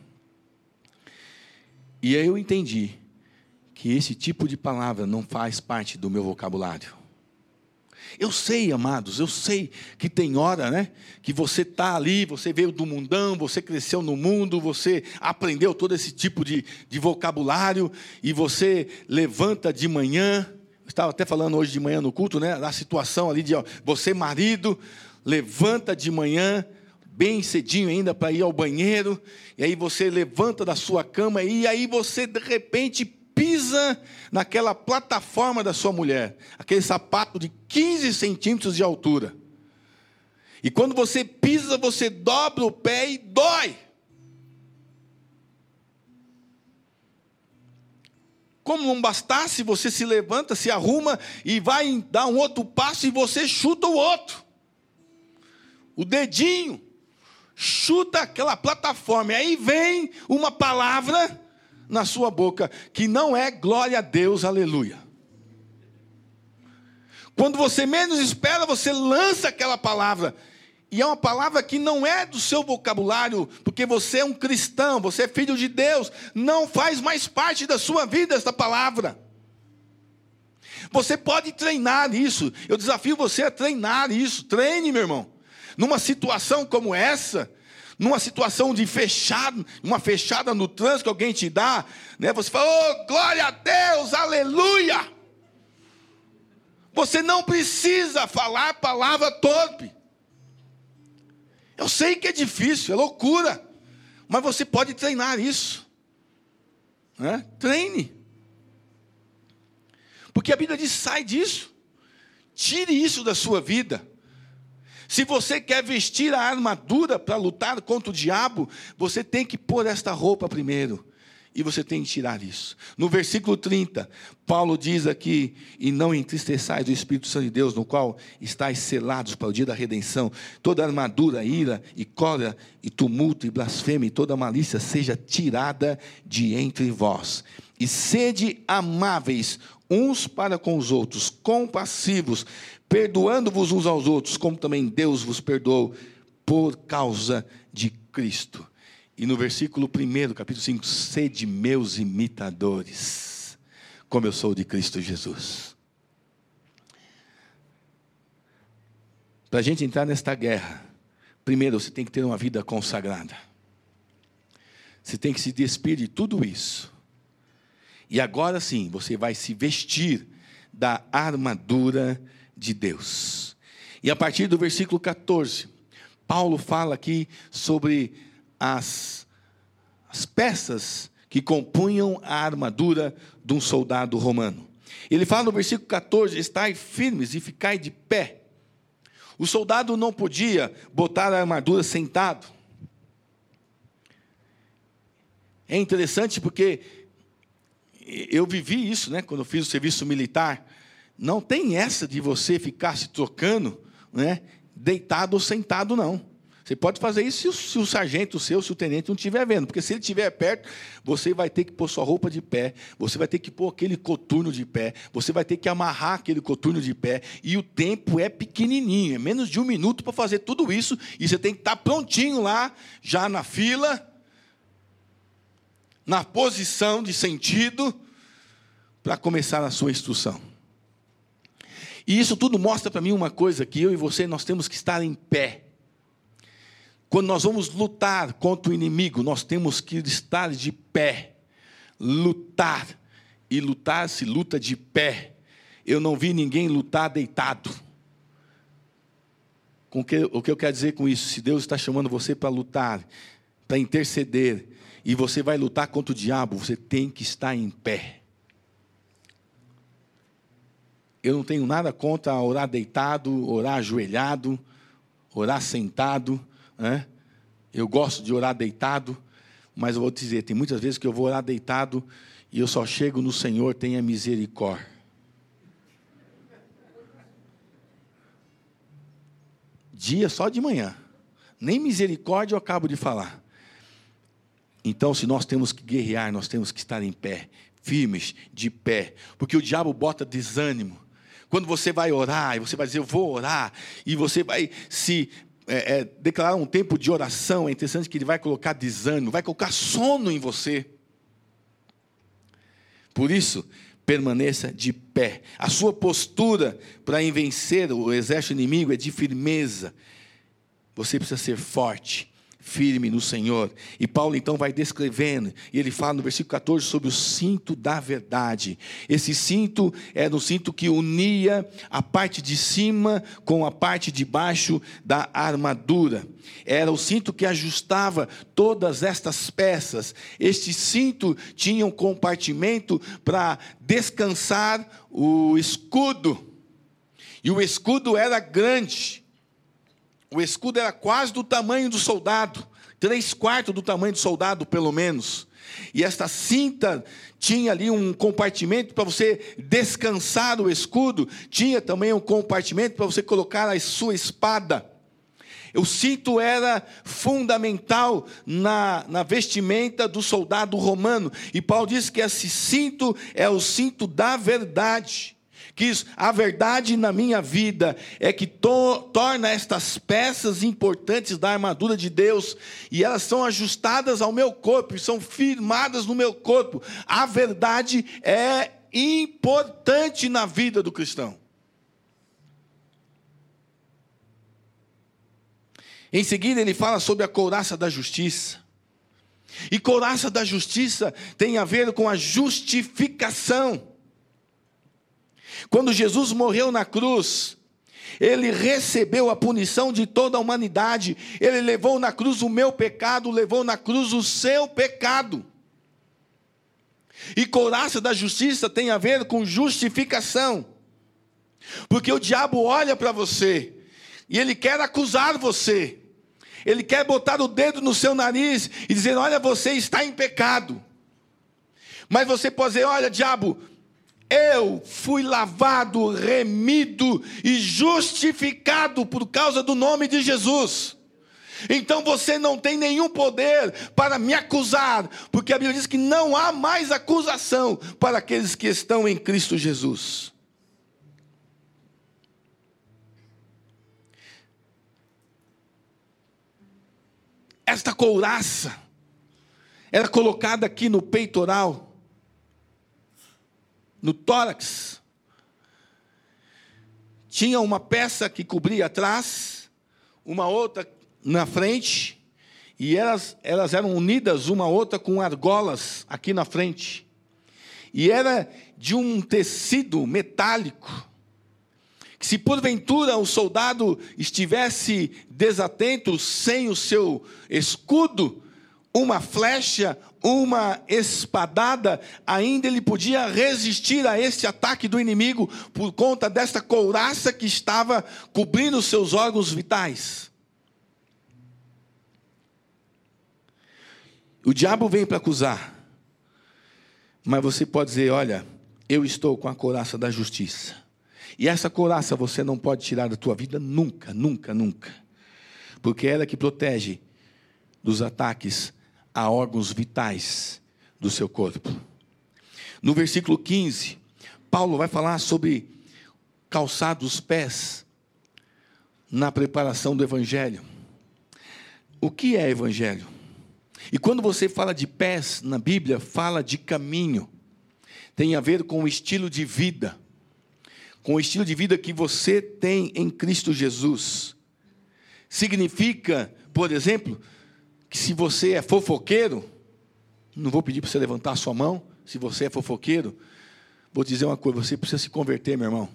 E aí eu entendi que esse tipo de palavra não faz parte do meu vocabulário. Eu sei, amados, eu sei que tem hora, que você está ali, você veio do mundão, você cresceu no mundo, você aprendeu todo esse tipo de vocabulário, e você levanta de manhã. Estava até falando hoje de manhã no culto, da situação ali de você, marido, levanta de manhã, bem cedinho ainda para ir ao banheiro, e aí você levanta da sua cama, e aí você de repente pisa pisa naquela plataforma da sua mulher, aquele sapato de 15 centímetros de altura. E quando você pisa, você dobra o pé e dói. Como não bastasse, você se levanta, se arruma e vai dar um outro passo e você chuta o outro. O dedinho chuta aquela plataforma. E aí vem uma palavra na sua boca que não é glória a Deus, aleluia. Quando você menos espera, você lança aquela palavra. E é uma palavra que não é do seu vocabulário, porque você é um cristão, você é filho de Deus, não faz mais parte da sua vida esta palavra. Você pode treinar isso, eu desafio você a treinar isso, treine, meu irmão. Numa situação como essa, numa situação de fechado, uma fechada no trânsito que alguém te dá, né? Você fala, oh, glória a Deus, aleluia. Você não precisa falar palavra torpe. Eu sei que é difícil, é loucura, mas você pode treinar isso, né? Treine, porque a Bíblia diz, sai disso, tire isso da sua vida. Se você quer vestir a armadura para lutar contra o diabo, você tem que pôr esta roupa primeiro, e você tem que tirar isso. No versículo 30, Paulo diz aqui, e não entristeçais o Espírito Santo de Deus, no qual estáis selados para o dia da redenção. Toda armadura, ira e cólera e tumulto e blasfêmia e toda malícia seja tirada de entre vós. E sede amáveis uns para com os outros, compassivos, perdoando-vos uns aos outros, como também Deus vos perdoou por causa de Cristo. E no versículo 1, capítulo 5, sede meus imitadores, como eu sou de Cristo Jesus. Para a gente entrar nesta guerra, primeiro você tem que ter uma vida consagrada. Você tem que se despir de tudo isso. E agora sim, você vai se vestir da armadura de Deus. E a partir do versículo 14, Paulo fala aqui sobre as peças que compunham a armadura de um soldado romano. Ele fala no versículo 14, estai firmes e ficai de pé. O soldado não podia botar a armadura sentado. É interessante porque eu vivi isso, né, quando eu fiz o serviço militar. Não tem essa de você ficar se trocando, né, deitado ou sentado, não. Você pode fazer isso se o sargento seu, se o tenente não estiver vendo, porque se ele estiver perto, você vai ter que pôr sua roupa de pé, você vai ter que pôr aquele coturno de pé, você vai ter que amarrar aquele coturno de pé, e o tempo é pequenininho, é menos de 1 minuto para fazer tudo isso, e você tem que estar prontinho lá, já na fila, na posição de sentido, para começar a sua instrução. E isso tudo mostra para mim uma coisa, que eu e você, nós temos que estar em pé. Quando nós vamos lutar contra o inimigo, nós temos que estar de pé. Lutar. E lutar se luta de pé. Eu não vi ninguém lutar deitado. O que eu quero dizer com isso? Se Deus está chamando você para lutar, para interceder, e você vai lutar contra o diabo, você tem que estar em pé. Eu não tenho nada contra orar deitado, orar ajoelhado, orar sentado. Eu gosto de orar deitado, mas eu vou te dizer, tem muitas vezes que eu vou orar deitado e eu só chego no Senhor, tenha misericórdia. Dia só de manhã, nem misericórdia eu acabo de falar. Então, se nós temos que guerrear, nós temos que estar em pé, firmes, de pé, porque o diabo bota desânimo. Quando você vai orar, e você vai dizer, eu vou orar, e você vai se declarar um tempo de oração, é interessante que ele vai colocar desânimo, vai colocar sono em você. Por isso, permaneça de pé. A sua postura para vencer o exército inimigo é de firmeza. Você precisa ser forte, firme no Senhor. E Paulo então vai descrevendo, e ele fala no versículo 14 sobre o cinto da verdade. Esse cinto era um cinto que unia a parte de cima com a parte de baixo da armadura. Era o cinto que ajustava todas estas peças. Este cinto tinha um compartimento para descansar o escudo. E o escudo era grande. O escudo era quase do tamanho do soldado, 3/4 do tamanho do soldado, pelo menos. E esta cinta tinha ali um compartimento para você descansar o escudo. Tinha também um compartimento para você colocar a sua espada. O cinto era fundamental na vestimenta do soldado romano. E Paulo diz que esse cinto é o cinto da verdade. Que a verdade na minha vida é que torna estas peças importantes da armadura de Deus, e elas são ajustadas ao meu corpo, e são firmadas no meu corpo. A verdade é importante na vida do cristão. Em seguida ele fala sobre a couraça da justiça. E couraça da justiça tem a ver com a justificação. Quando Jesus morreu na cruz, ele recebeu a punição de toda a humanidade. Ele levou na cruz o meu pecado, levou na cruz o seu pecado. E couraça da justiça tem a ver com justificação. Porque o diabo olha para você e ele quer acusar você. Ele quer botar o dedo no seu nariz e dizer: olha, você está em pecado. Mas você pode dizer: olha, diabo, eu fui lavado, remido e justificado por causa do nome de Jesus. Então você não tem nenhum poder para me acusar, porque a Bíblia diz que não há mais acusação para aqueles que estão em Cristo Jesus. Esta couraça era colocada aqui no peitoral, no tórax. Tinha uma peça que cobria atrás, uma outra na frente, e elas eram unidas uma a outra com argolas aqui na frente. E era de um tecido metálico, que se porventura o soldado estivesse desatento, sem o seu escudo, uma flecha, uma espadada, ainda ele podia resistir a este ataque do inimigo, por conta desta couraça que estava cobrindo os seus órgãos vitais. O diabo vem para acusar, mas você pode dizer: olha, eu estou com a couraça da justiça. E essa couraça você não pode tirar da tua vida nunca, nunca, nunca. Porque é ela que protege dos ataques a órgãos vitais do seu corpo. No versículo 15, Paulo vai falar sobre calçar dos pés na preparação do evangelho. O que é evangelho? E quando você fala de pés na Bíblia, fala de caminho. Tem a ver com o estilo de vida. Com o estilo de vida que você tem em Cristo Jesus. Significa, por exemplo, que se você é fofoqueiro, não vou pedir para você levantar a sua mão. Se você é fofoqueiro, vou te dizer uma coisa: você precisa se converter, meu irmão.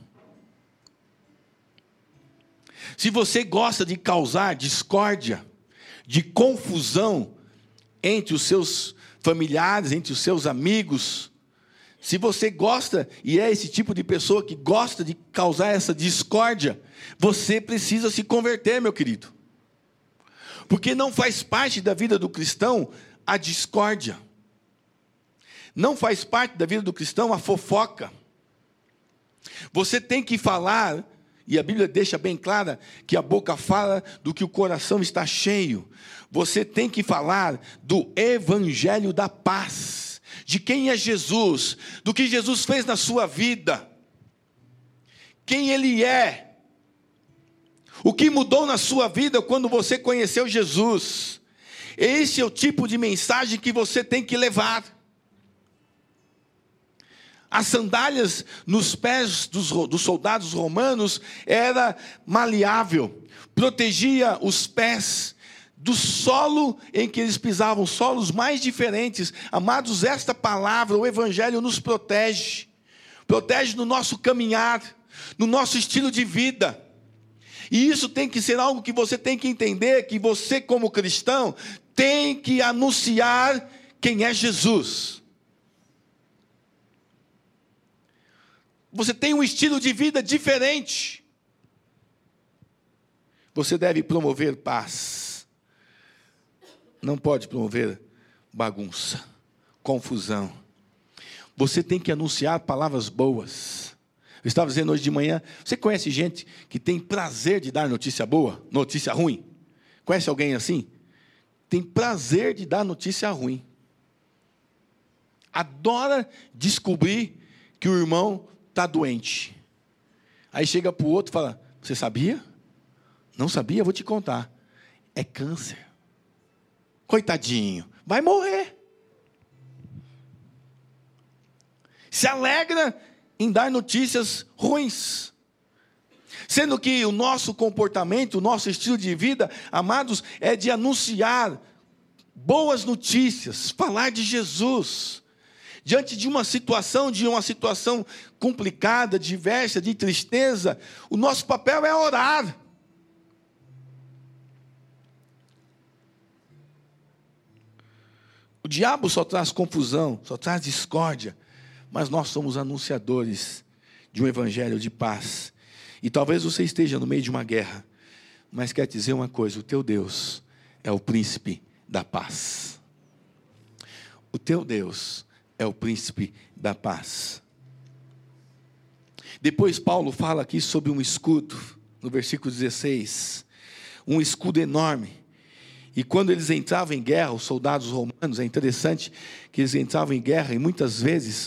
Se você gosta de causar discórdia, de confusão entre os seus familiares, entre os seus amigos, se você gosta e é esse tipo de pessoa que gosta de causar essa discórdia, você precisa se converter, meu querido. Porque não faz parte da vida do cristão a discórdia. Não faz parte da vida do cristão a fofoca. Você tem que falar, e a Bíblia deixa bem clara que a boca fala do que o coração está cheio. Você tem que falar do evangelho da paz. De quem é Jesus, do que Jesus fez na sua vida, quem Ele é, o que mudou na sua vida quando você conheceu Jesus. Esse é o tipo de mensagem que você tem que levar. As sandálias nos pés dos soldados romanos era maleável, protegia os pés do solo em que eles pisavam, solos mais diferentes. Amados, esta palavra, o Evangelho nos protege no nosso caminhar, no nosso estilo de vida. E isso tem que ser algo que você tem que entender, que você como cristão tem que anunciar quem é Jesus. Você tem um estilo de vida diferente. Você deve promover paz. Não pode promover bagunça, confusão. Você tem que anunciar palavras boas. Eu estava dizendo hoje de manhã, você conhece gente que tem prazer de dar notícia boa, notícia ruim? Conhece alguém assim? Tem prazer de dar notícia ruim. Adora descobrir que o irmão está doente. Aí chega para o outro e fala, você sabia? Não sabia? Vou te contar. É câncer. Coitadinho, vai morrer. Se alegra em dar notícias ruins. Sendo que o nosso comportamento, o nosso estilo de vida, amados, é de anunciar boas notícias, falar de Jesus. Diante de uma situação complicada, diversa, de tristeza, o nosso papel é orar. O diabo só traz confusão, só traz discórdia, mas nós somos anunciadores de um evangelho de paz. E talvez você esteja no meio de uma guerra, mas quer dizer uma coisa, o teu Deus é o príncipe da paz. O teu Deus é o príncipe da paz. Depois Paulo fala aqui sobre um escudo, no versículo 16, um escudo enorme. E quando eles entravam em guerra, os soldados romanos, é interessante que eles entravam em guerra e muitas vezes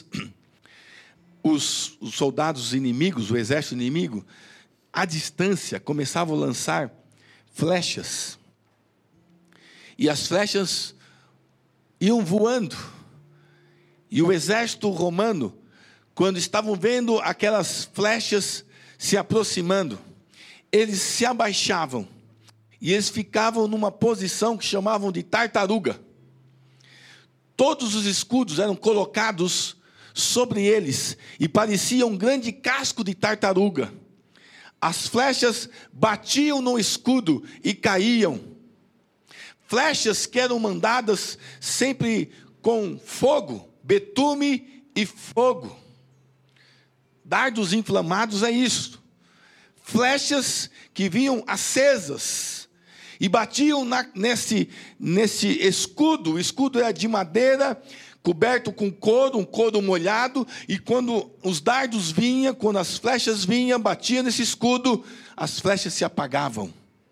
os soldados inimigos, o exército inimigo, à distância, começavam a lançar flechas. E as flechas iam voando. E o exército romano, quando estavam vendo aquelas flechas se aproximando, eles se abaixavam. E eles ficavam numa posição que chamavam de tartaruga. Todos os escudos eram colocados sobre eles e parecia um grande casco de tartaruga. As flechas batiam no escudo e caíam. Flechas que eram mandadas sempre com fogo, betume e fogo. Dardos inflamados é isso. Flechas que vinham acesas e batiam nesse escudo. O escudo era de madeira, coberto com couro, um couro molhado, e quando os dardos vinham, quando as flechas vinham, batiam nesse escudo, as flechas se apagavam.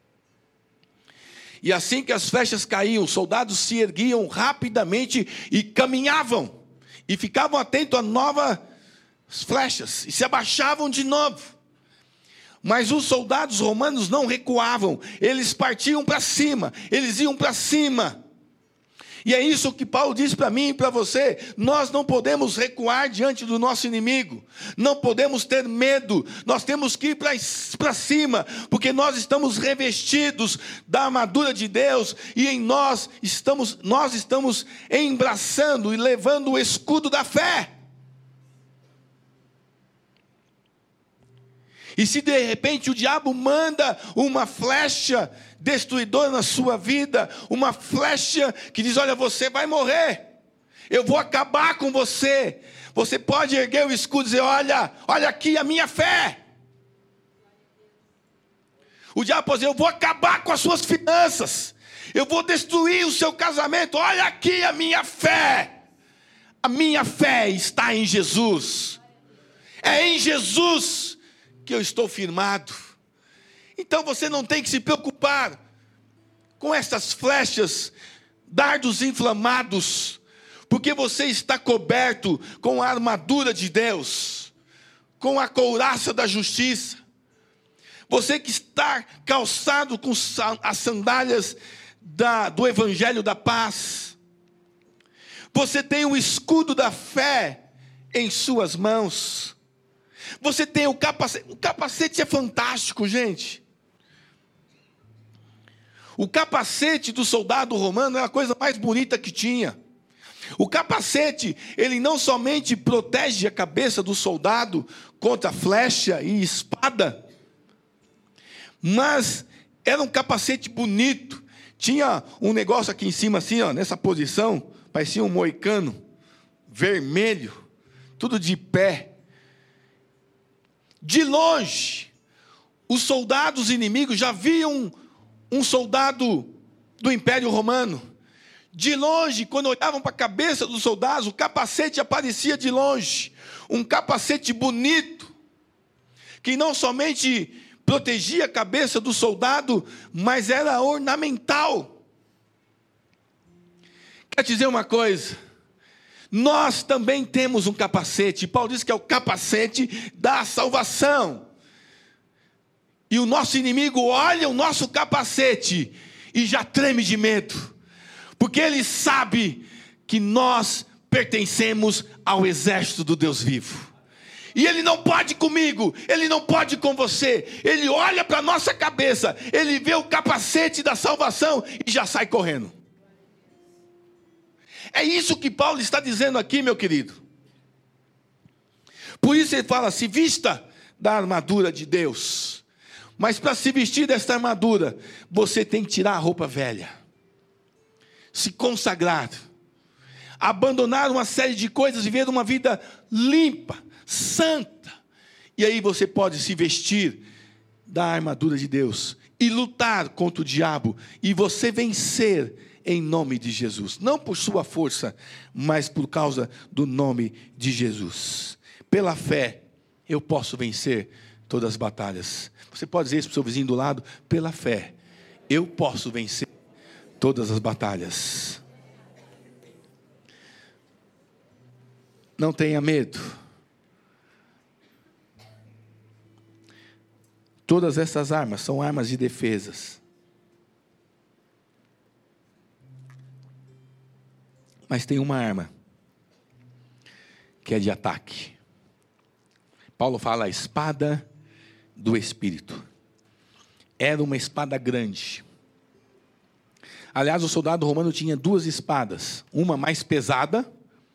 E assim que as flechas caíam, os soldados se erguiam rapidamente e caminhavam, e ficavam atentos a novas flechas, e se abaixavam de novo. Mas os soldados romanos não recuavam, eles partiam para cima, eles iam para cima. E é isso que Paulo diz para mim e para você, nós não podemos recuar diante do nosso inimigo, não podemos ter medo, nós temos que ir para cima, porque nós estamos revestidos da armadura de Deus, e em nós estamos embraçando e levando o escudo da fé. E se de repente o diabo manda uma flecha destruidora na sua vida, uma flecha que diz, olha, você vai morrer, eu vou acabar com você. Você pode erguer o escudo e dizer, olha aqui a minha fé. O diabo pode dizer, eu vou acabar com as suas finanças, eu vou destruir o seu casamento, olha aqui a minha fé. A minha fé está em Jesus, é em Jesus que eu estou firmado. Então você não tem que se preocupar com essas flechas, dardos inflamados, porque você está coberto com a armadura de Deus, com a couraça da justiça. Você que está calçado com as sandálias do Evangelho da paz. Você tem o escudo da fé em suas mãos. Você tem o capacete é fantástico, gente. O capacete do soldado romano era a coisa mais bonita que tinha. O capacete, ele não somente protege a cabeça do soldado contra flecha e espada, mas era um capacete bonito. Tinha um negócio aqui em cima, assim, ó, nessa posição, parecia um moicano, vermelho, tudo de pé. De longe, os soldados inimigos já viam um soldado do Império Romano. De longe, quando olhavam para a cabeça dos soldados, o capacete aparecia de longe. Um capacete bonito, que não somente protegia a cabeça do soldado, mas era ornamental. Quero te dizer uma coisa, nós também temos um capacete. Paulo diz que é o capacete da salvação. E o nosso inimigo olha o nosso capacete e já treme de medo, porque ele sabe que nós pertencemos ao exército do Deus vivo. E ele não pode comigo, ele não pode com você. Ele olha para a nossa cabeça, ele vê o capacete da salvação e já sai correndo. É isso que Paulo está dizendo aqui, meu querido. Por isso ele fala, se vista da armadura de Deus. Mas para se vestir desta armadura, você tem que tirar a roupa velha, se consagrar, abandonar uma série de coisas, viver uma vida limpa, santa. E aí você pode se vestir da armadura de Deus e lutar contra o diabo, e você vencer em nome de Jesus, não por sua força, mas por causa do nome de Jesus. Pela fé eu posso vencer todas as batalhas. Você pode dizer isso para o seu vizinho do lado: pela fé eu posso vencer todas as batalhas. Não tenha medo. Todas essas armas são armas de defesas. Mas tem uma arma que é de ataque. Paulo fala a espada do Espírito. Era uma espada grande. Aliás, o soldado romano tinha duas espadas. Uma mais pesada.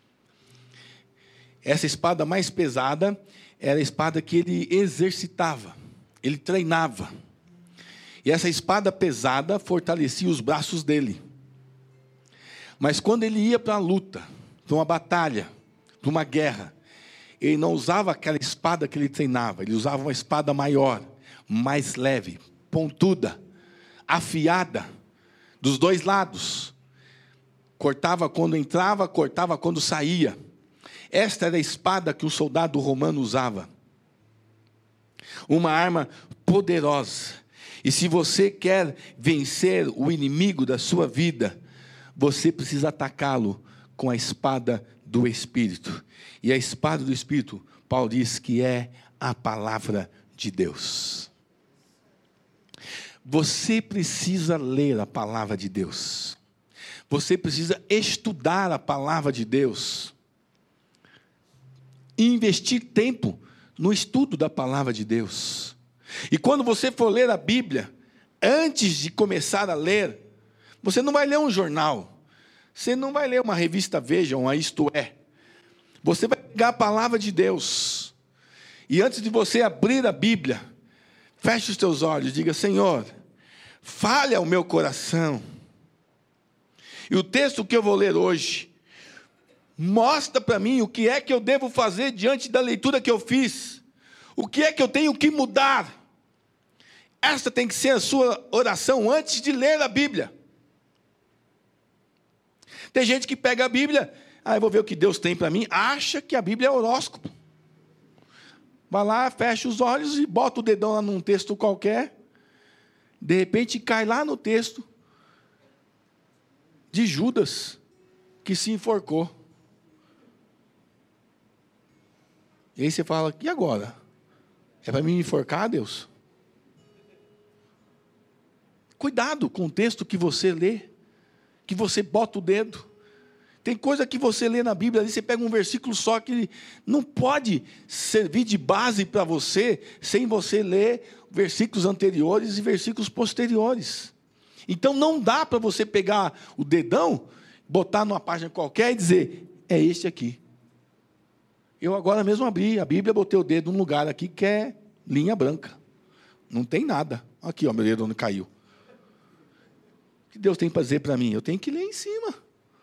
Essa espada mais pesada era a espada que ele exercitava. Ele treinava. E essa espada pesada fortalecia os braços dele. Mas quando ele ia para a luta, para uma batalha, para uma guerra, ele não usava aquela espada que ele treinava. Ele usava uma espada maior, mais leve, pontuda, afiada, dos dois lados. Cortava quando entrava, cortava quando saía. Esta era a espada que o soldado romano usava. Uma arma poderosa. E se você quer vencer o inimigo da sua vida, você precisa atacá-lo com a espada do Espírito. E a espada do Espírito, Paulo diz que é a palavra de Deus. Você precisa ler a palavra de Deus. Você precisa estudar a palavra de Deus. E investir tempo no estudo da palavra de Deus. E quando você for ler a Bíblia, antes de começar a ler, você não vai ler um jornal. Você não vai ler uma revista Veja, uma Isto É. Você vai pegar a palavra de Deus. E antes de você abrir a Bíblia, feche os teus olhos e diga: Senhor, fale ao meu coração. E o texto que eu vou ler hoje mostra para mim o que é que eu devo fazer diante da leitura que eu fiz. O que é que eu tenho que mudar. Esta tem que ser a sua oração antes de ler a Bíblia. Tem gente que pega a Bíblia, eu vou ver o que Deus tem para mim, acha que a Bíblia é horóscopo. Vai lá, fecha os olhos e bota o dedão lá num texto qualquer. De repente cai lá no texto de Judas, que se enforcou. E aí você fala: e agora? É para mim me enforcar, Deus? Cuidado com o texto que você lê, que você bota o dedo. Tem coisa que você lê na Bíblia, ali você pega um versículo só que não pode servir de base para você, sem você ler versículos anteriores e versículos posteriores. Então não dá para você pegar o dedão, botar numa página qualquer e dizer, é este aqui. Eu agora mesmo abri a Bíblia, botei o dedo num lugar aqui que é linha branca. Não tem nada. Aqui, ó, meu dedo onde caiu. O que Deus tem para dizer para mim? Eu tenho que ler em cima.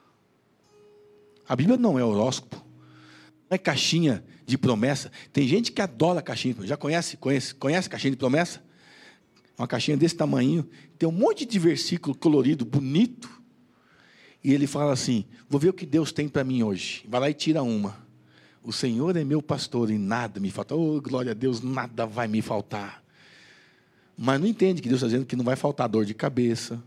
A Bíblia não é horóscopo. Não é caixinha de promessa. Tem gente que adora caixinha. Já conhece caixinha de promessa? Uma caixinha desse tamanho. Tem um monte de versículo colorido, bonito. E ele fala assim, vou ver o que Deus tem para mim hoje. Vai lá e tira uma. O Senhor é meu pastor e nada me falta. Oh, glória a Deus, nada vai me faltar. Mas não entende que Deus está dizendo que não vai faltar dor de cabeça.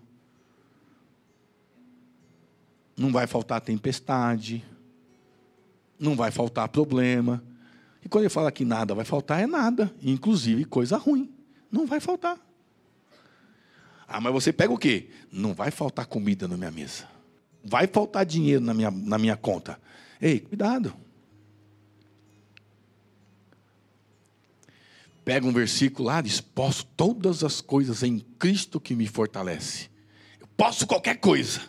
Não vai faltar tempestade. Não vai faltar problema. E quando ele fala que nada vai faltar, é nada. Inclusive coisa ruim. Não vai faltar. Ah, mas você pega o quê? Não vai faltar comida na minha mesa. Vai faltar dinheiro na minha conta. Ei, cuidado. Pega um versículo lá, diz, posso todas as coisas em Cristo que me fortalece. Eu posso qualquer coisa.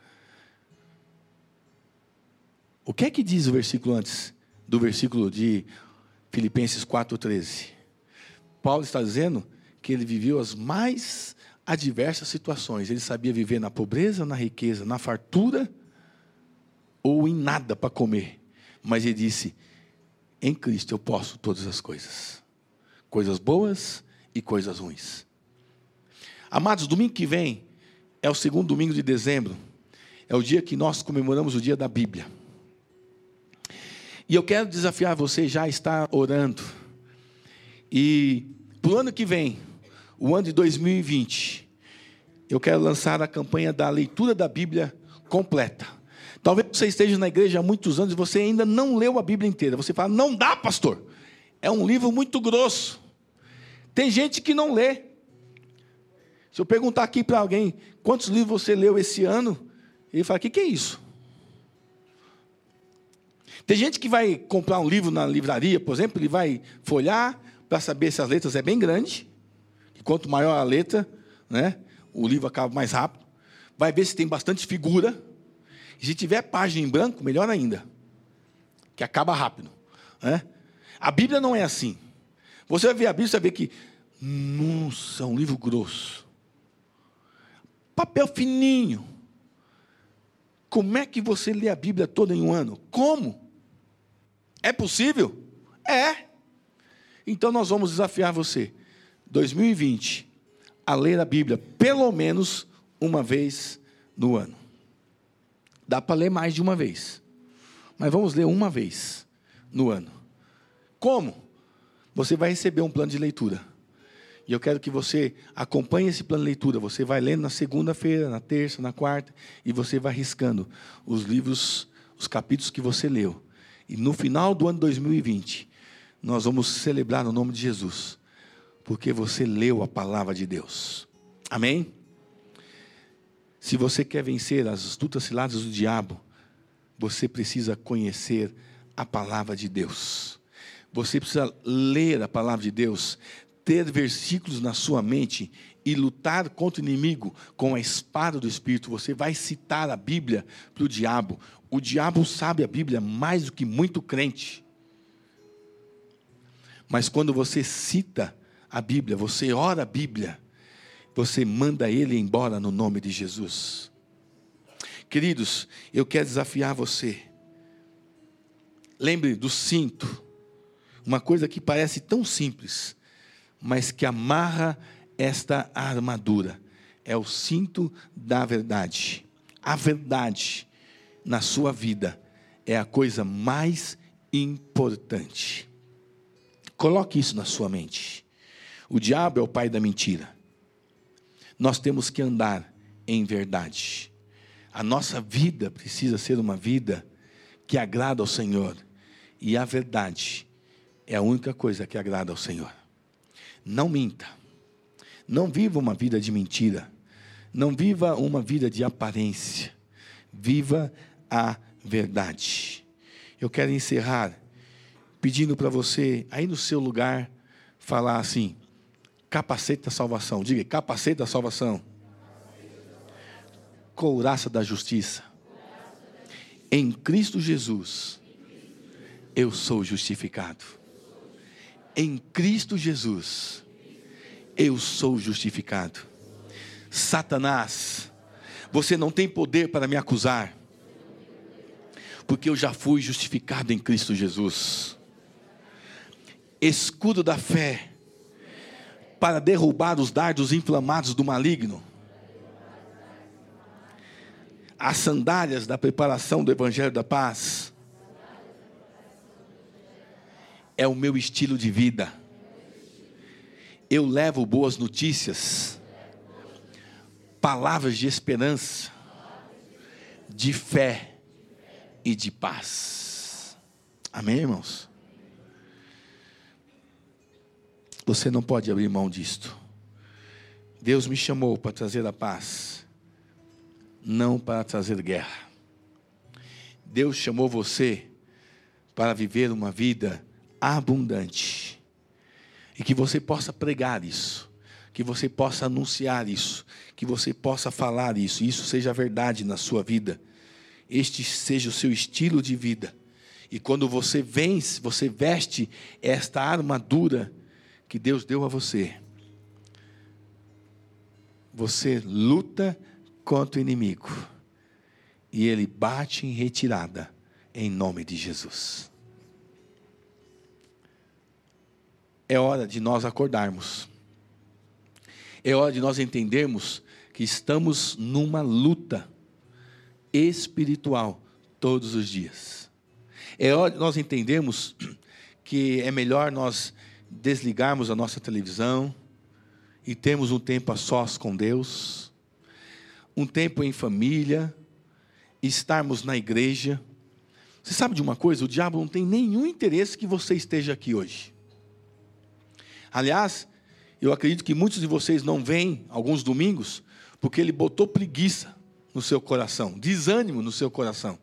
O que é que diz o versículo antes do versículo de Filipenses 4,13? Paulo está dizendo que ele viveu as mais adversas situações. Ele sabia viver na pobreza, na riqueza, na fartura ou em nada para comer. Mas ele disse, em Cristo eu posso todas as coisas. Coisas boas e coisas ruins. Amados, domingo que vem é o segundo domingo de dezembro. É o dia que nós comemoramos o dia da Bíblia. E eu quero desafiar você já a estar orando. E para o ano que vem, o ano de 2020, eu quero lançar a campanha da leitura da Bíblia completa. Talvez você esteja na igreja há muitos anos e você ainda não leu a Bíblia inteira. Você fala, não dá, pastor. É um livro muito grosso. Tem gente que não lê. Se eu perguntar aqui para alguém, quantos livros você leu esse ano? Ele fala, o que é isso? Tem gente que vai comprar um livro na livraria, por exemplo, ele vai folhear para saber se as letras é bem grande. E quanto maior a letra, né, o livro acaba mais rápido. Vai ver se tem bastante figura. E se tiver página em branco, melhor ainda. Que acaba rápido. Né? A Bíblia não é assim. Você vai ver a Bíblia, você vai ver que, nossa, é um livro grosso. Papel fininho. Como é que você lê a Bíblia toda em um ano? Como? É possível? É. Então nós vamos desafiar você, 2020, a ler a Bíblia pelo menos uma vez no ano. Dá para ler mais de uma vez. Mas vamos ler uma vez no ano. Como? Você vai receber um plano de leitura. E eu quero que você acompanhe esse plano de leitura. Você vai lendo na segunda-feira, na terça, na quarta, e você vai riscando os livros, os capítulos que você leu. E no final do ano 2020, nós vamos celebrar o nome de Jesus, porque você leu a palavra de Deus. Amém? Se você quer vencer as astutas ciladas do diabo, você precisa conhecer a palavra de Deus. Você precisa ler a palavra de Deus, ter versículos na sua mente e lutar contra o inimigo com a espada do Espírito. Você vai citar a Bíblia para o diabo. O diabo sabe a Bíblia mais do que muito crente. Mas quando você cita a Bíblia, você ora a Bíblia, você manda ele embora no nome de Jesus. Queridos, eu quero desafiar você. Lembre do cinto. Uma coisa que parece tão simples, mas que amarra esta armadura. É o cinto da verdade. A verdade na sua vida é a coisa mais importante. Coloque isso na sua mente. O diabo é o pai da mentira. Nós temos que andar em verdade. A nossa vida precisa ser uma vida que agrada ao Senhor. E a verdade é a única coisa que agrada ao Senhor. Não minta. Não viva uma vida de mentira. Não viva uma vida de aparência. Viva a verdade. Eu quero encerrar pedindo para você, aí no seu lugar, falar assim, capacete da salvação. Diga, capacete da salvação. couraça da justiça. Em Cristo Jesus, eu sou justificado. Em Cristo Jesus, eu sou justificado. Satanás, você não tem poder para me acusar, porque eu já fui justificado em Cristo Jesus. Escudo da fé, para derrubar os dardos inflamados do maligno. As sandálias da preparação do Evangelho da Paz. É o meu estilo de vida. Eu levo boas notícias, palavras de esperança, de fé e de paz. Amém, irmãos? Você não pode abrir mão disto. Deus me chamou para trazer a paz, não para trazer guerra. Deus chamou você para viver uma vida abundante, e que você possa pregar isso, que você possa anunciar isso, que você possa falar isso, e isso seja verdade na sua vida, este seja o seu estilo de vida. E quando você vence, você veste esta armadura que Deus deu a você, você luta contra o inimigo, e ele bate em retirada, em nome de Jesus. É hora de nós acordarmos. É hora de nós entendermos que estamos numa luta espiritual todos os dias. É hora de nós entendermos que é melhor nós desligarmos a nossa televisão e termos um tempo a sós com Deus, um tempo em família, estarmos na igreja. Você sabe de uma coisa? O diabo não tem nenhum interesse que você esteja aqui hoje. Aliás, eu acredito que muitos de vocês não vêm alguns domingos, porque ele botou preguiça no seu coração, desânimo no seu coração.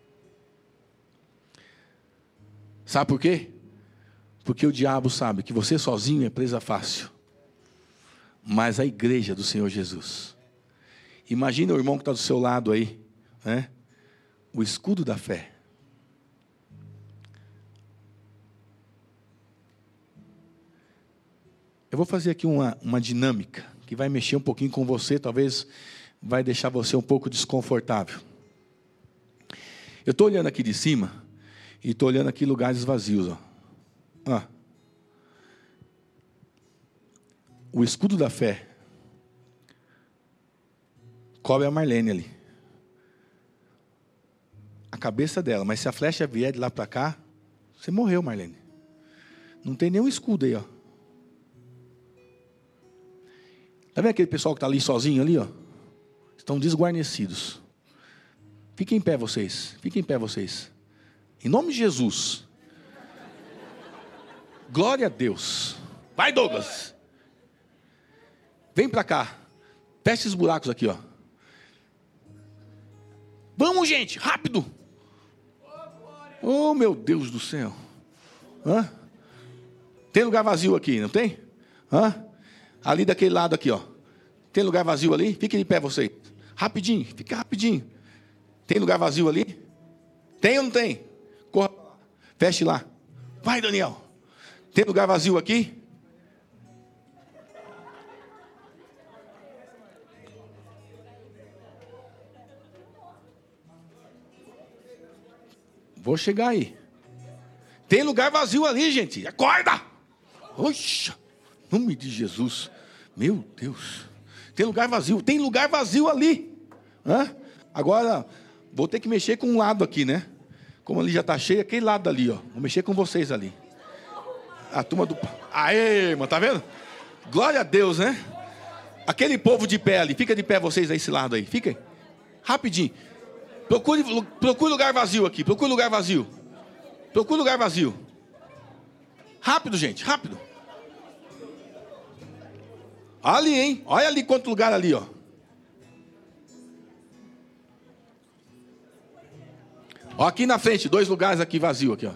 Sabe por quê? Porque o diabo sabe que você sozinho é presa fácil, mas a igreja do Senhor Jesus. Imagina o irmão que está do seu lado aí, né? O escudo da fé. Eu vou fazer aqui uma dinâmica que vai mexer um pouquinho com você, talvez vai deixar você um pouco desconfortável. Eu estou olhando aqui de cima e estou olhando aqui lugares vazios. Ó. O escudo da fé cobre a Marlene ali. A cabeça dela, mas se a flecha vier de lá para cá, você morreu, Marlene. Não tem nenhum escudo aí, ó. Está vendo aquele pessoal que está ali sozinho ali, ó? Estão desguarnecidos. Fiquem em pé vocês. Fiquem em pé vocês. Em nome de Jesus. Glória a Deus. Vai, Douglas. Vem para cá. Fecha esses buracos aqui, ó. Vamos, gente, rápido. Oh, meu Deus do céu. Hã? Tem lugar vazio aqui, não tem? Hã? Ali daquele lado aqui, ó. Tem lugar vazio ali? Fique de pé você. Rapidinho, fica rapidinho. Tem lugar vazio ali? Tem ou não tem? Corra para lá. Feche lá. Vai, Daniel. Tem lugar vazio aqui? Vou chegar aí. Tem lugar vazio ali, gente. Acorda! Oxa! Em nome de Jesus. Meu Deus. Tem lugar vazio. Tem lugar vazio ali. Hã? Agora, vou ter que mexer com um lado aqui, né? Como ali já está cheio, aquele lado ali, ó. Vou mexer com vocês ali. A turma do... Aê, irmão, tá vendo? Glória a Deus, né? Aquele povo de pé ali. Fica de pé vocês a esse lado aí. Fiquem. Rapidinho. Procure lugar vazio aqui. Procure lugar vazio. Procure lugar vazio. Rápido, gente. Rápido. Ali, hein? Olha ali quanto lugar ali, ó. Ó, aqui na frente, 2 lugares aqui vazio aqui, ó.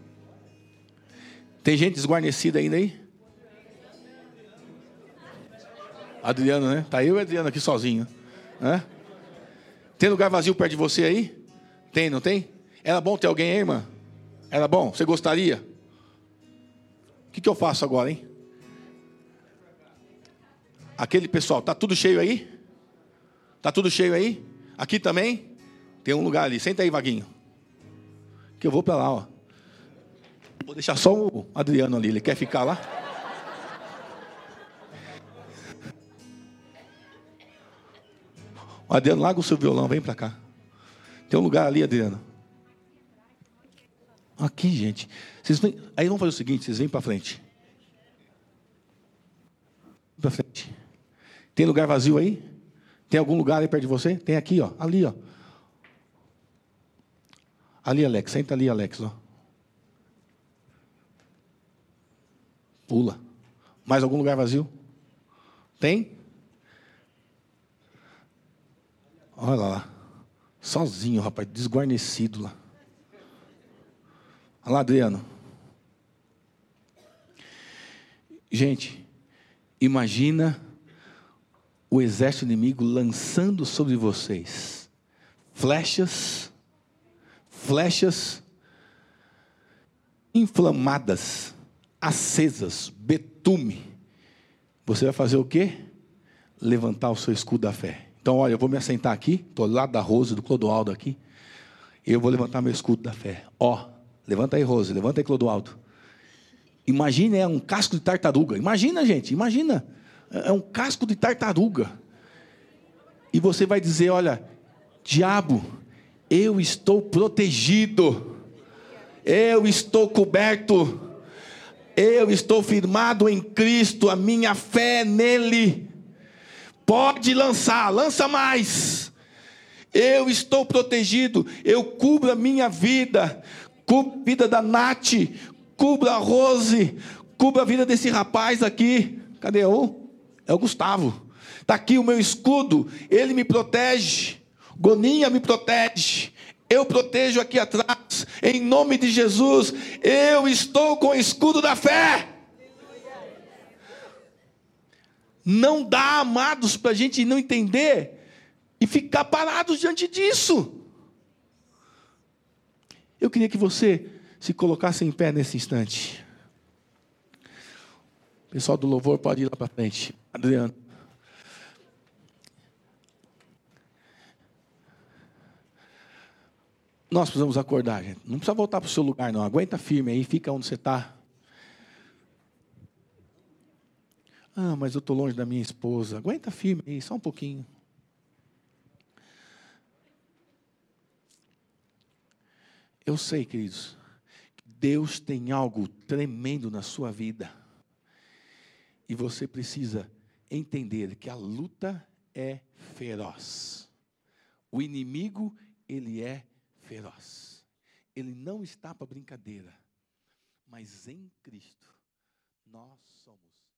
Tem gente desguarnecida ainda aí? Adriano, né? Tá eu e o Adriano aqui sozinho. Né? Tem lugar vazio perto de você aí? Tem, não tem? Era bom ter alguém aí, irmã? Era bom? Você gostaria? O que eu faço agora, hein? Aquele pessoal, tá tudo cheio aí? Tá tudo cheio aí? Aqui também? Tem um lugar ali. Senta aí, Vaguinho. Que eu vou para lá, ó. Vou deixar só o Adriano ali. Ele quer ficar lá? O Adriano, larga o seu violão, vem para cá. Tem um lugar ali, Adriano. Aqui, gente. Vocês vêm... Aí vamos fazer o seguinte, vocês vêm para frente. Para frente. Tem lugar vazio aí? Tem algum lugar aí perto de você? Tem aqui, ó. Ali, ó. Ali, Alex. Senta ali, Alex, ó. Pula. Mais algum lugar vazio? Tem? Olha lá. Sozinho, rapaz. Desguarnecido lá. Olha lá, Adriano. Gente, imagina o exército inimigo lançando sobre vocês flechas inflamadas, acesas, betume. Você vai fazer o quê? Levantar o seu escudo da fé. Então, olha, eu vou me assentar aqui, estou do lado da Rose, do Clodoaldo aqui. Eu vou levantar meu escudo da fé. Ó, levanta aí, Rose, levanta aí, Clodoaldo. Imagina, é um casco de tartaruga. Imagina, gente, imagina. É um casco de tartaruga. E você vai dizer, olha, diabo, eu estou protegido. Eu estou coberto. Eu estou firmado em Cristo. A minha fé é nele. Pode lançar, lança mais. Eu estou protegido. Eu cubro a minha vida. Cubro a vida da Nath. Cubro a Rose. Cubro a vida desse rapaz aqui. Cadê o? É o Gustavo. Está aqui o meu escudo. Ele me protege. Goninha me protege. Eu protejo aqui atrás. Em nome de Jesus. Eu estou com o escudo da fé. Não dá, amados, para a gente não entender e ficar parados diante disso. Eu queria que você se colocasse em pé nesse instante. O pessoal do louvor pode ir lá para frente. Adriano. Nós precisamos acordar, gente. Não precisa voltar para o seu lugar, não. Aguenta firme aí, fica onde você está. Ah, mas eu estou longe da minha esposa. Aguenta firme aí, só um pouquinho. Eu sei, queridos, que Deus tem algo tremendo na sua vida. E você precisa entender que a luta é feroz. O inimigo, ele é feroz. Ele não está para brincadeira. Mas em Cristo, nós somos